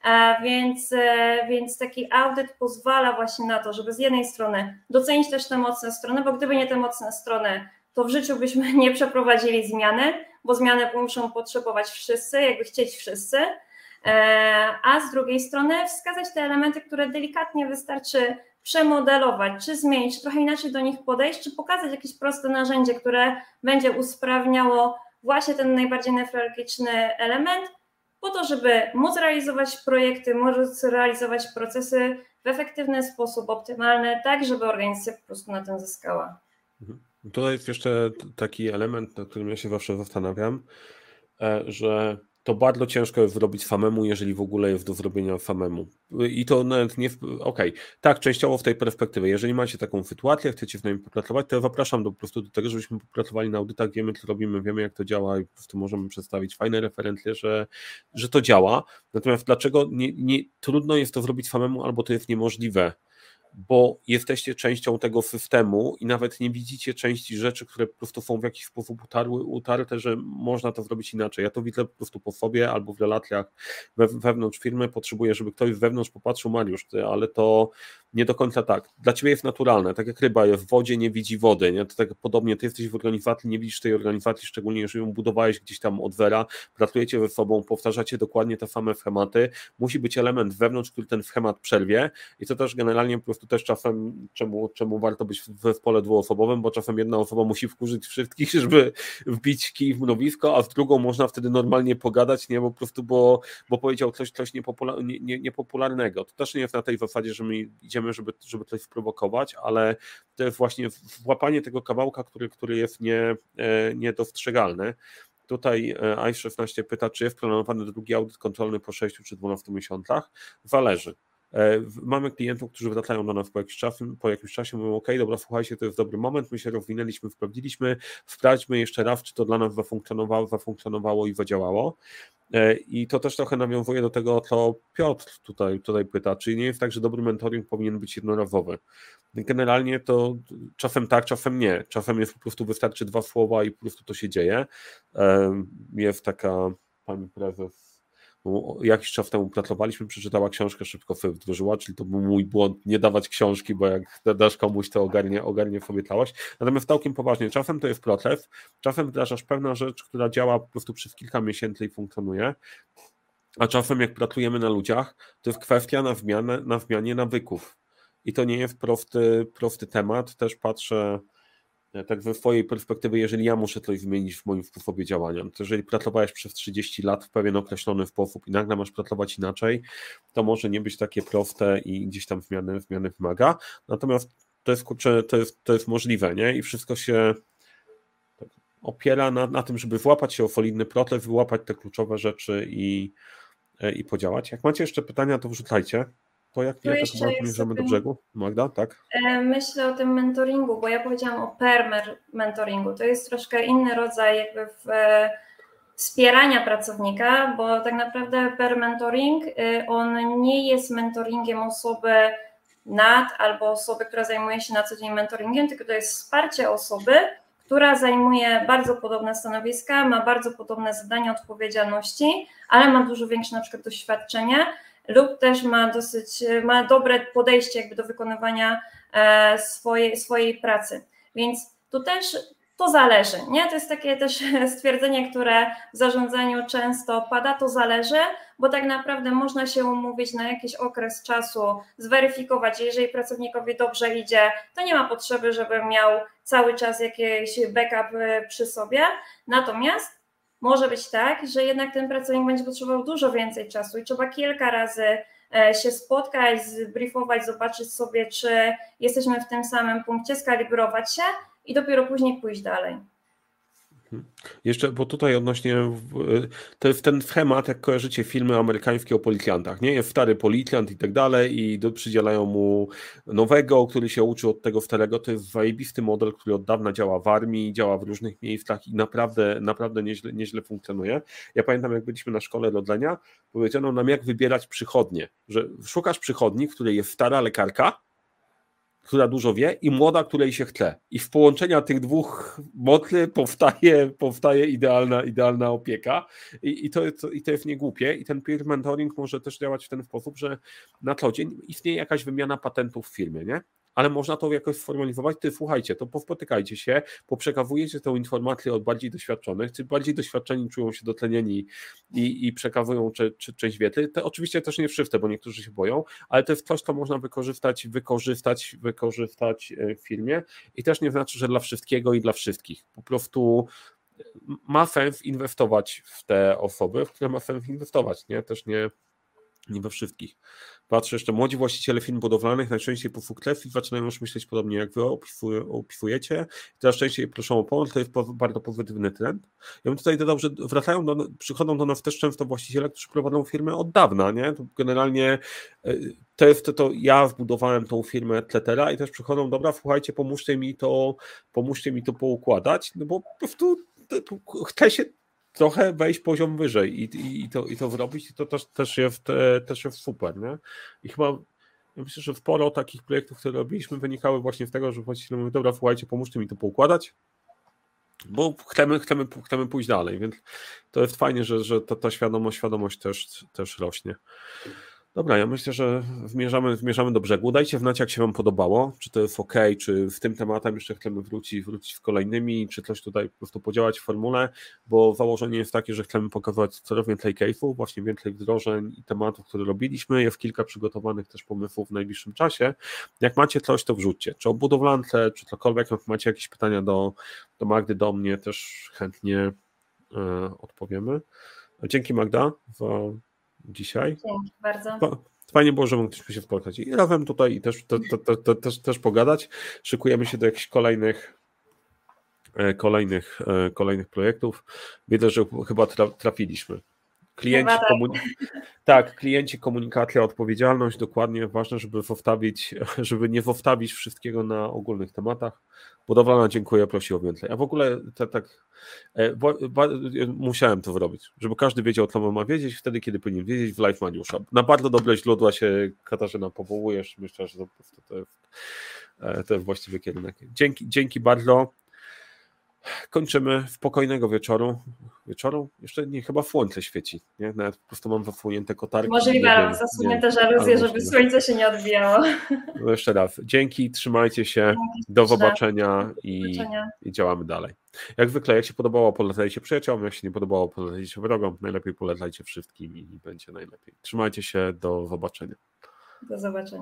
więc taki audyt pozwala właśnie na to, żeby z jednej strony docenić też te mocne strony, bo gdyby nie te mocne strony, to w życiu byśmy nie przeprowadzili zmiany, bo zmiany muszą potrzebować wszyscy, jakby chcieć wszyscy, a z drugiej strony wskazać te elementy, które delikatnie wystarczy przemodelować, czy zmienić, czy trochę inaczej do nich podejść, czy pokazać jakieś proste narzędzie, które będzie usprawniało właśnie ten najbardziej newralgiczny element, po to, żeby móc realizować projekty, móc realizować procesy w efektywny sposób, optymalny, tak, żeby organizacja po prostu na tym zyskała. Tutaj jest jeszcze taki element, nad którym ja się zawsze zastanawiam, że to bardzo ciężko jest zrobić samemu, jeżeli w ogóle jest do zrobienia samemu. I to nawet nie... Okej, tak, częściowo w tej perspektywie. Jeżeli macie taką sytuację, chcecie w niej popracować, to ja zapraszam po prostu do tego, żebyśmy popracowali na audytach, wiemy, co robimy, wiemy, jak to działa i po prostu możemy przedstawić fajne referencje, że to działa. Natomiast dlaczego trudno jest to zrobić samemu, albo to jest niemożliwe? Bo jesteście częścią tego systemu i nawet nie widzicie części rzeczy, które po prostu są w jakiś sposób utarte, że można to zrobić inaczej. Ja to widzę po prostu po sobie albo w relacjach wewnątrz firmy. Potrzebuję, żeby ktoś z wewnątrz popatrzył, Mariusz, ale to nie do końca tak. Dla ciebie jest naturalne, tak jak ryba jest w wodzie, nie widzi wody, nie? To tak podobnie, ty jesteś w organizacji, nie widzisz tej organizacji, szczególnie jeżeli ją budowałeś gdzieś tam od zera, pracujecie ze sobą, powtarzacie dokładnie te same schematy, musi być element wewnątrz, który ten schemat przerwie i to też generalnie po prostu też czasem, czemu warto być w zespole dwuosobowym, bo czasem jedna osoba musi wkurzyć wszystkich, żeby wbić kij w mrowisko, a z drugą można wtedy normalnie pogadać, nie, po prostu, bo powiedział coś niepopularnego. To też nie jest na tej zasadzie, że my idziemy, żeby coś sprowokować, ale to jest właśnie włapanie tego kawałka, który jest niedostrzegalny. Tutaj i16 pyta, czy jest planowany drugi audyt kontrolny po 6 czy 12 miesiącach? Zależy. Mamy klientów, którzy wracają do nas po jakimś czasie, mówią, ok, dobra, słuchajcie, to jest dobry moment, my się rozwinęliśmy, sprawdziliśmy, sprawdźmy jeszcze raz, czy to dla nas zafunkcjonowało i zadziałało. I to też trochę nawiązuje do tego, co Piotr tutaj pyta, czyli nie jest tak, że dobry mentoring powinien być jednorazowy. Generalnie to czasem tak, czasem nie. Czasem jest po prostu wystarczy 2 słowa i po prostu to się dzieje. Jest taka pani prezes, jakiś czas temu pracowaliśmy, przeczytała książkę, szybko sobie wdrożyła, czyli to był mój błąd, nie dawać książki, bo jak dasz komuś, to ogarnie sobie całość. Natomiast całkiem poważnie, czasem to jest proces, czasem wdrażasz pewna rzecz, która działa po prostu przez kilka miesięcy i funkcjonuje, a czasem jak pracujemy na ludziach, to jest kwestia na zmianie nawyków. I to nie jest prosty temat, też patrzę tak ze swojej perspektywy, jeżeli ja muszę coś zmienić w moim sposobie działania, to jeżeli pracowałeś przez 30 lat w pewien określony sposób i nagle masz pracować inaczej, to może nie być takie proste i gdzieś tam zmiany wymaga, natomiast to jest możliwe, nie? I wszystko się tak opiera na tym, żeby złapać się o solidny proces, wyłapać te kluczowe rzeczy i podziałać. Jak macie jeszcze pytania, to wrzucajcie. To jak nie, to chyba zmierzamy do brzegu. Magda, tak? Myślę o tym mentoringu, bo ja powiedziałam o peer mentoringu. To jest troszkę inny rodzaj jakby wspierania pracownika, bo tak naprawdę peer mentoring, on nie jest mentoringiem osoby nad albo osoby, która zajmuje się na co dzień mentoringiem, tylko to jest wsparcie osoby, która zajmuje bardzo podobne stanowiska, ma bardzo podobne zadania, odpowiedzialności, ale ma dużo większe na przykład doświadczenie lub też ma dobre podejście jakby do wykonywania swojej pracy. Więc tu też to zależy, nie? To jest takie też stwierdzenie, które w zarządzaniu często pada, to zależy, bo tak naprawdę można się umówić na jakiś okres czasu, zweryfikować, jeżeli pracownikowi dobrze idzie, to nie ma potrzeby, żeby miał cały czas jakiś backup przy sobie, natomiast może być tak, że jednak ten pracownik będzie potrzebował dużo więcej czasu i trzeba kilka razy się spotkać, zbriefować, zobaczyć sobie, czy jesteśmy w tym samym punkcie, skalibrować się i dopiero później pójść dalej. Jeszcze, bo tutaj odnośnie, to jest ten schemat, jak kojarzycie filmy amerykańskie o policjantach, nie? Jest stary policjant i tak dalej i przydzielają mu nowego, który się uczy od tego starego. To jest zajebisty model, który od dawna działa w armii, działa w różnych miejscach i naprawdę nieźle funkcjonuje. Ja pamiętam, jak byliśmy na szkole rodlenia, powiedziano nam, jak wybierać przychodnie, że szukasz przychodni, w której jest stara lekarka, która dużo wie i młoda, której się chce. I w połączenia tych dwóch mocy powstaje idealna opieka. I to jest niegłupie. I ten peer mentoring może też działać w ten sposób, że na co dzień istnieje jakaś wymiana patentów w firmie, nie? Ale można to jakoś sformalizować. Słuchajcie, to pospotykajcie się, poprzekazujecie tę informację od bardziej doświadczonych, czy bardziej doświadczeni czują się dotlenieni i przekazują część wiedzy. To oczywiście też nie wszyscy, bo niektórzy się boją, ale to jest coś, co można wykorzystać w firmie i też nie znaczy, że dla wszystkiego i dla wszystkich. Po prostu ma sens inwestować w te osoby, w które ma sens inwestować, nie? Też nie we wszystkich. Patrzę jeszcze, młodzi właściciele firm budowlanych najczęściej po sukcesji zaczynają już myśleć podobnie jak wy opisujecie. Coraz częściej proszą o pomoc, to jest bardzo pozytywny trend. Ja bym tutaj dodał, że przychodzą do nas też często właściciele, którzy prowadzą firmę od dawna, nie? To generalnie to ja wbudowałem tą firmę, etc. I też przychodzą, dobra, słuchajcie, pomóżcie mi to poukładać, no bo po prostu chcę się trochę wejść poziom wyżej i to zrobić, i to też jest super, nie? I chyba ja myślę, że sporo takich projektów, które robiliśmy, wynikały właśnie z tego, że właściwie mówię, dobra, słuchajcie, pomóżcie mi to poukładać, bo chcemy pójść dalej, więc to jest fajnie, że ta świadomość też rośnie. Dobra, ja myślę, że zmierzamy do brzegu. Dajcie znać, jak się wam podobało, czy to jest ok, czy z tym tematem jeszcze chcemy wrócić z kolejnymi, czy coś tutaj po prostu podziałać w formule, bo założenie jest takie, że chcemy pokazać coraz więcej case'ów, właśnie więcej wdrożeń i tematów, które robiliśmy. Jest kilka przygotowanych też pomysłów w najbliższym czasie. Jak macie coś, to wrzućcie, czy o budowlance, czy cokolwiek, jak macie jakieś pytania do Magdy, do mnie, też chętnie odpowiemy. Dzięki, Magda, za dzisiaj. Dzięki bardzo. Fajnie było, że mogliśmy się spotkać i razem tutaj i też pogadać. Szykujemy się do jakichś kolejnych projektów. Widzę, że chyba trafiliśmy. Klienci, komunikacja, odpowiedzialność, dokładnie ważne, żeby nie zostawić wszystkiego na ogólnych tematach. Budowlana, dziękuję, prosi o więcej. A w ogóle musiałem to zrobić, żeby każdy wiedział, co ma wiedzieć wtedy, kiedy powinien wiedzieć w Live Maniusza. Na bardzo dobre źródła się, Katarzyna, powołujesz. Myślę, że to jest właściwy kierunek. Dzięki bardzo. Kończymy spokojnego wieczoru. Jeszcze nie, chyba słońce świeci. Nie? Nawet po prostu mam zasłonięte kotarki. Możliwe, ale zasłonięte żaluzje, żeby słońce się nie odbijało. No jeszcze raz. Dzięki, trzymajcie się. Do zobaczenia i działamy dalej. Jak zwykle, jak się podobało, polecajcie przyjaciołom, jak się nie podobało, polecajcie wrogom. Najlepiej polecajcie wszystkim i będzie najlepiej. Trzymajcie się, do zobaczenia. Do zobaczenia.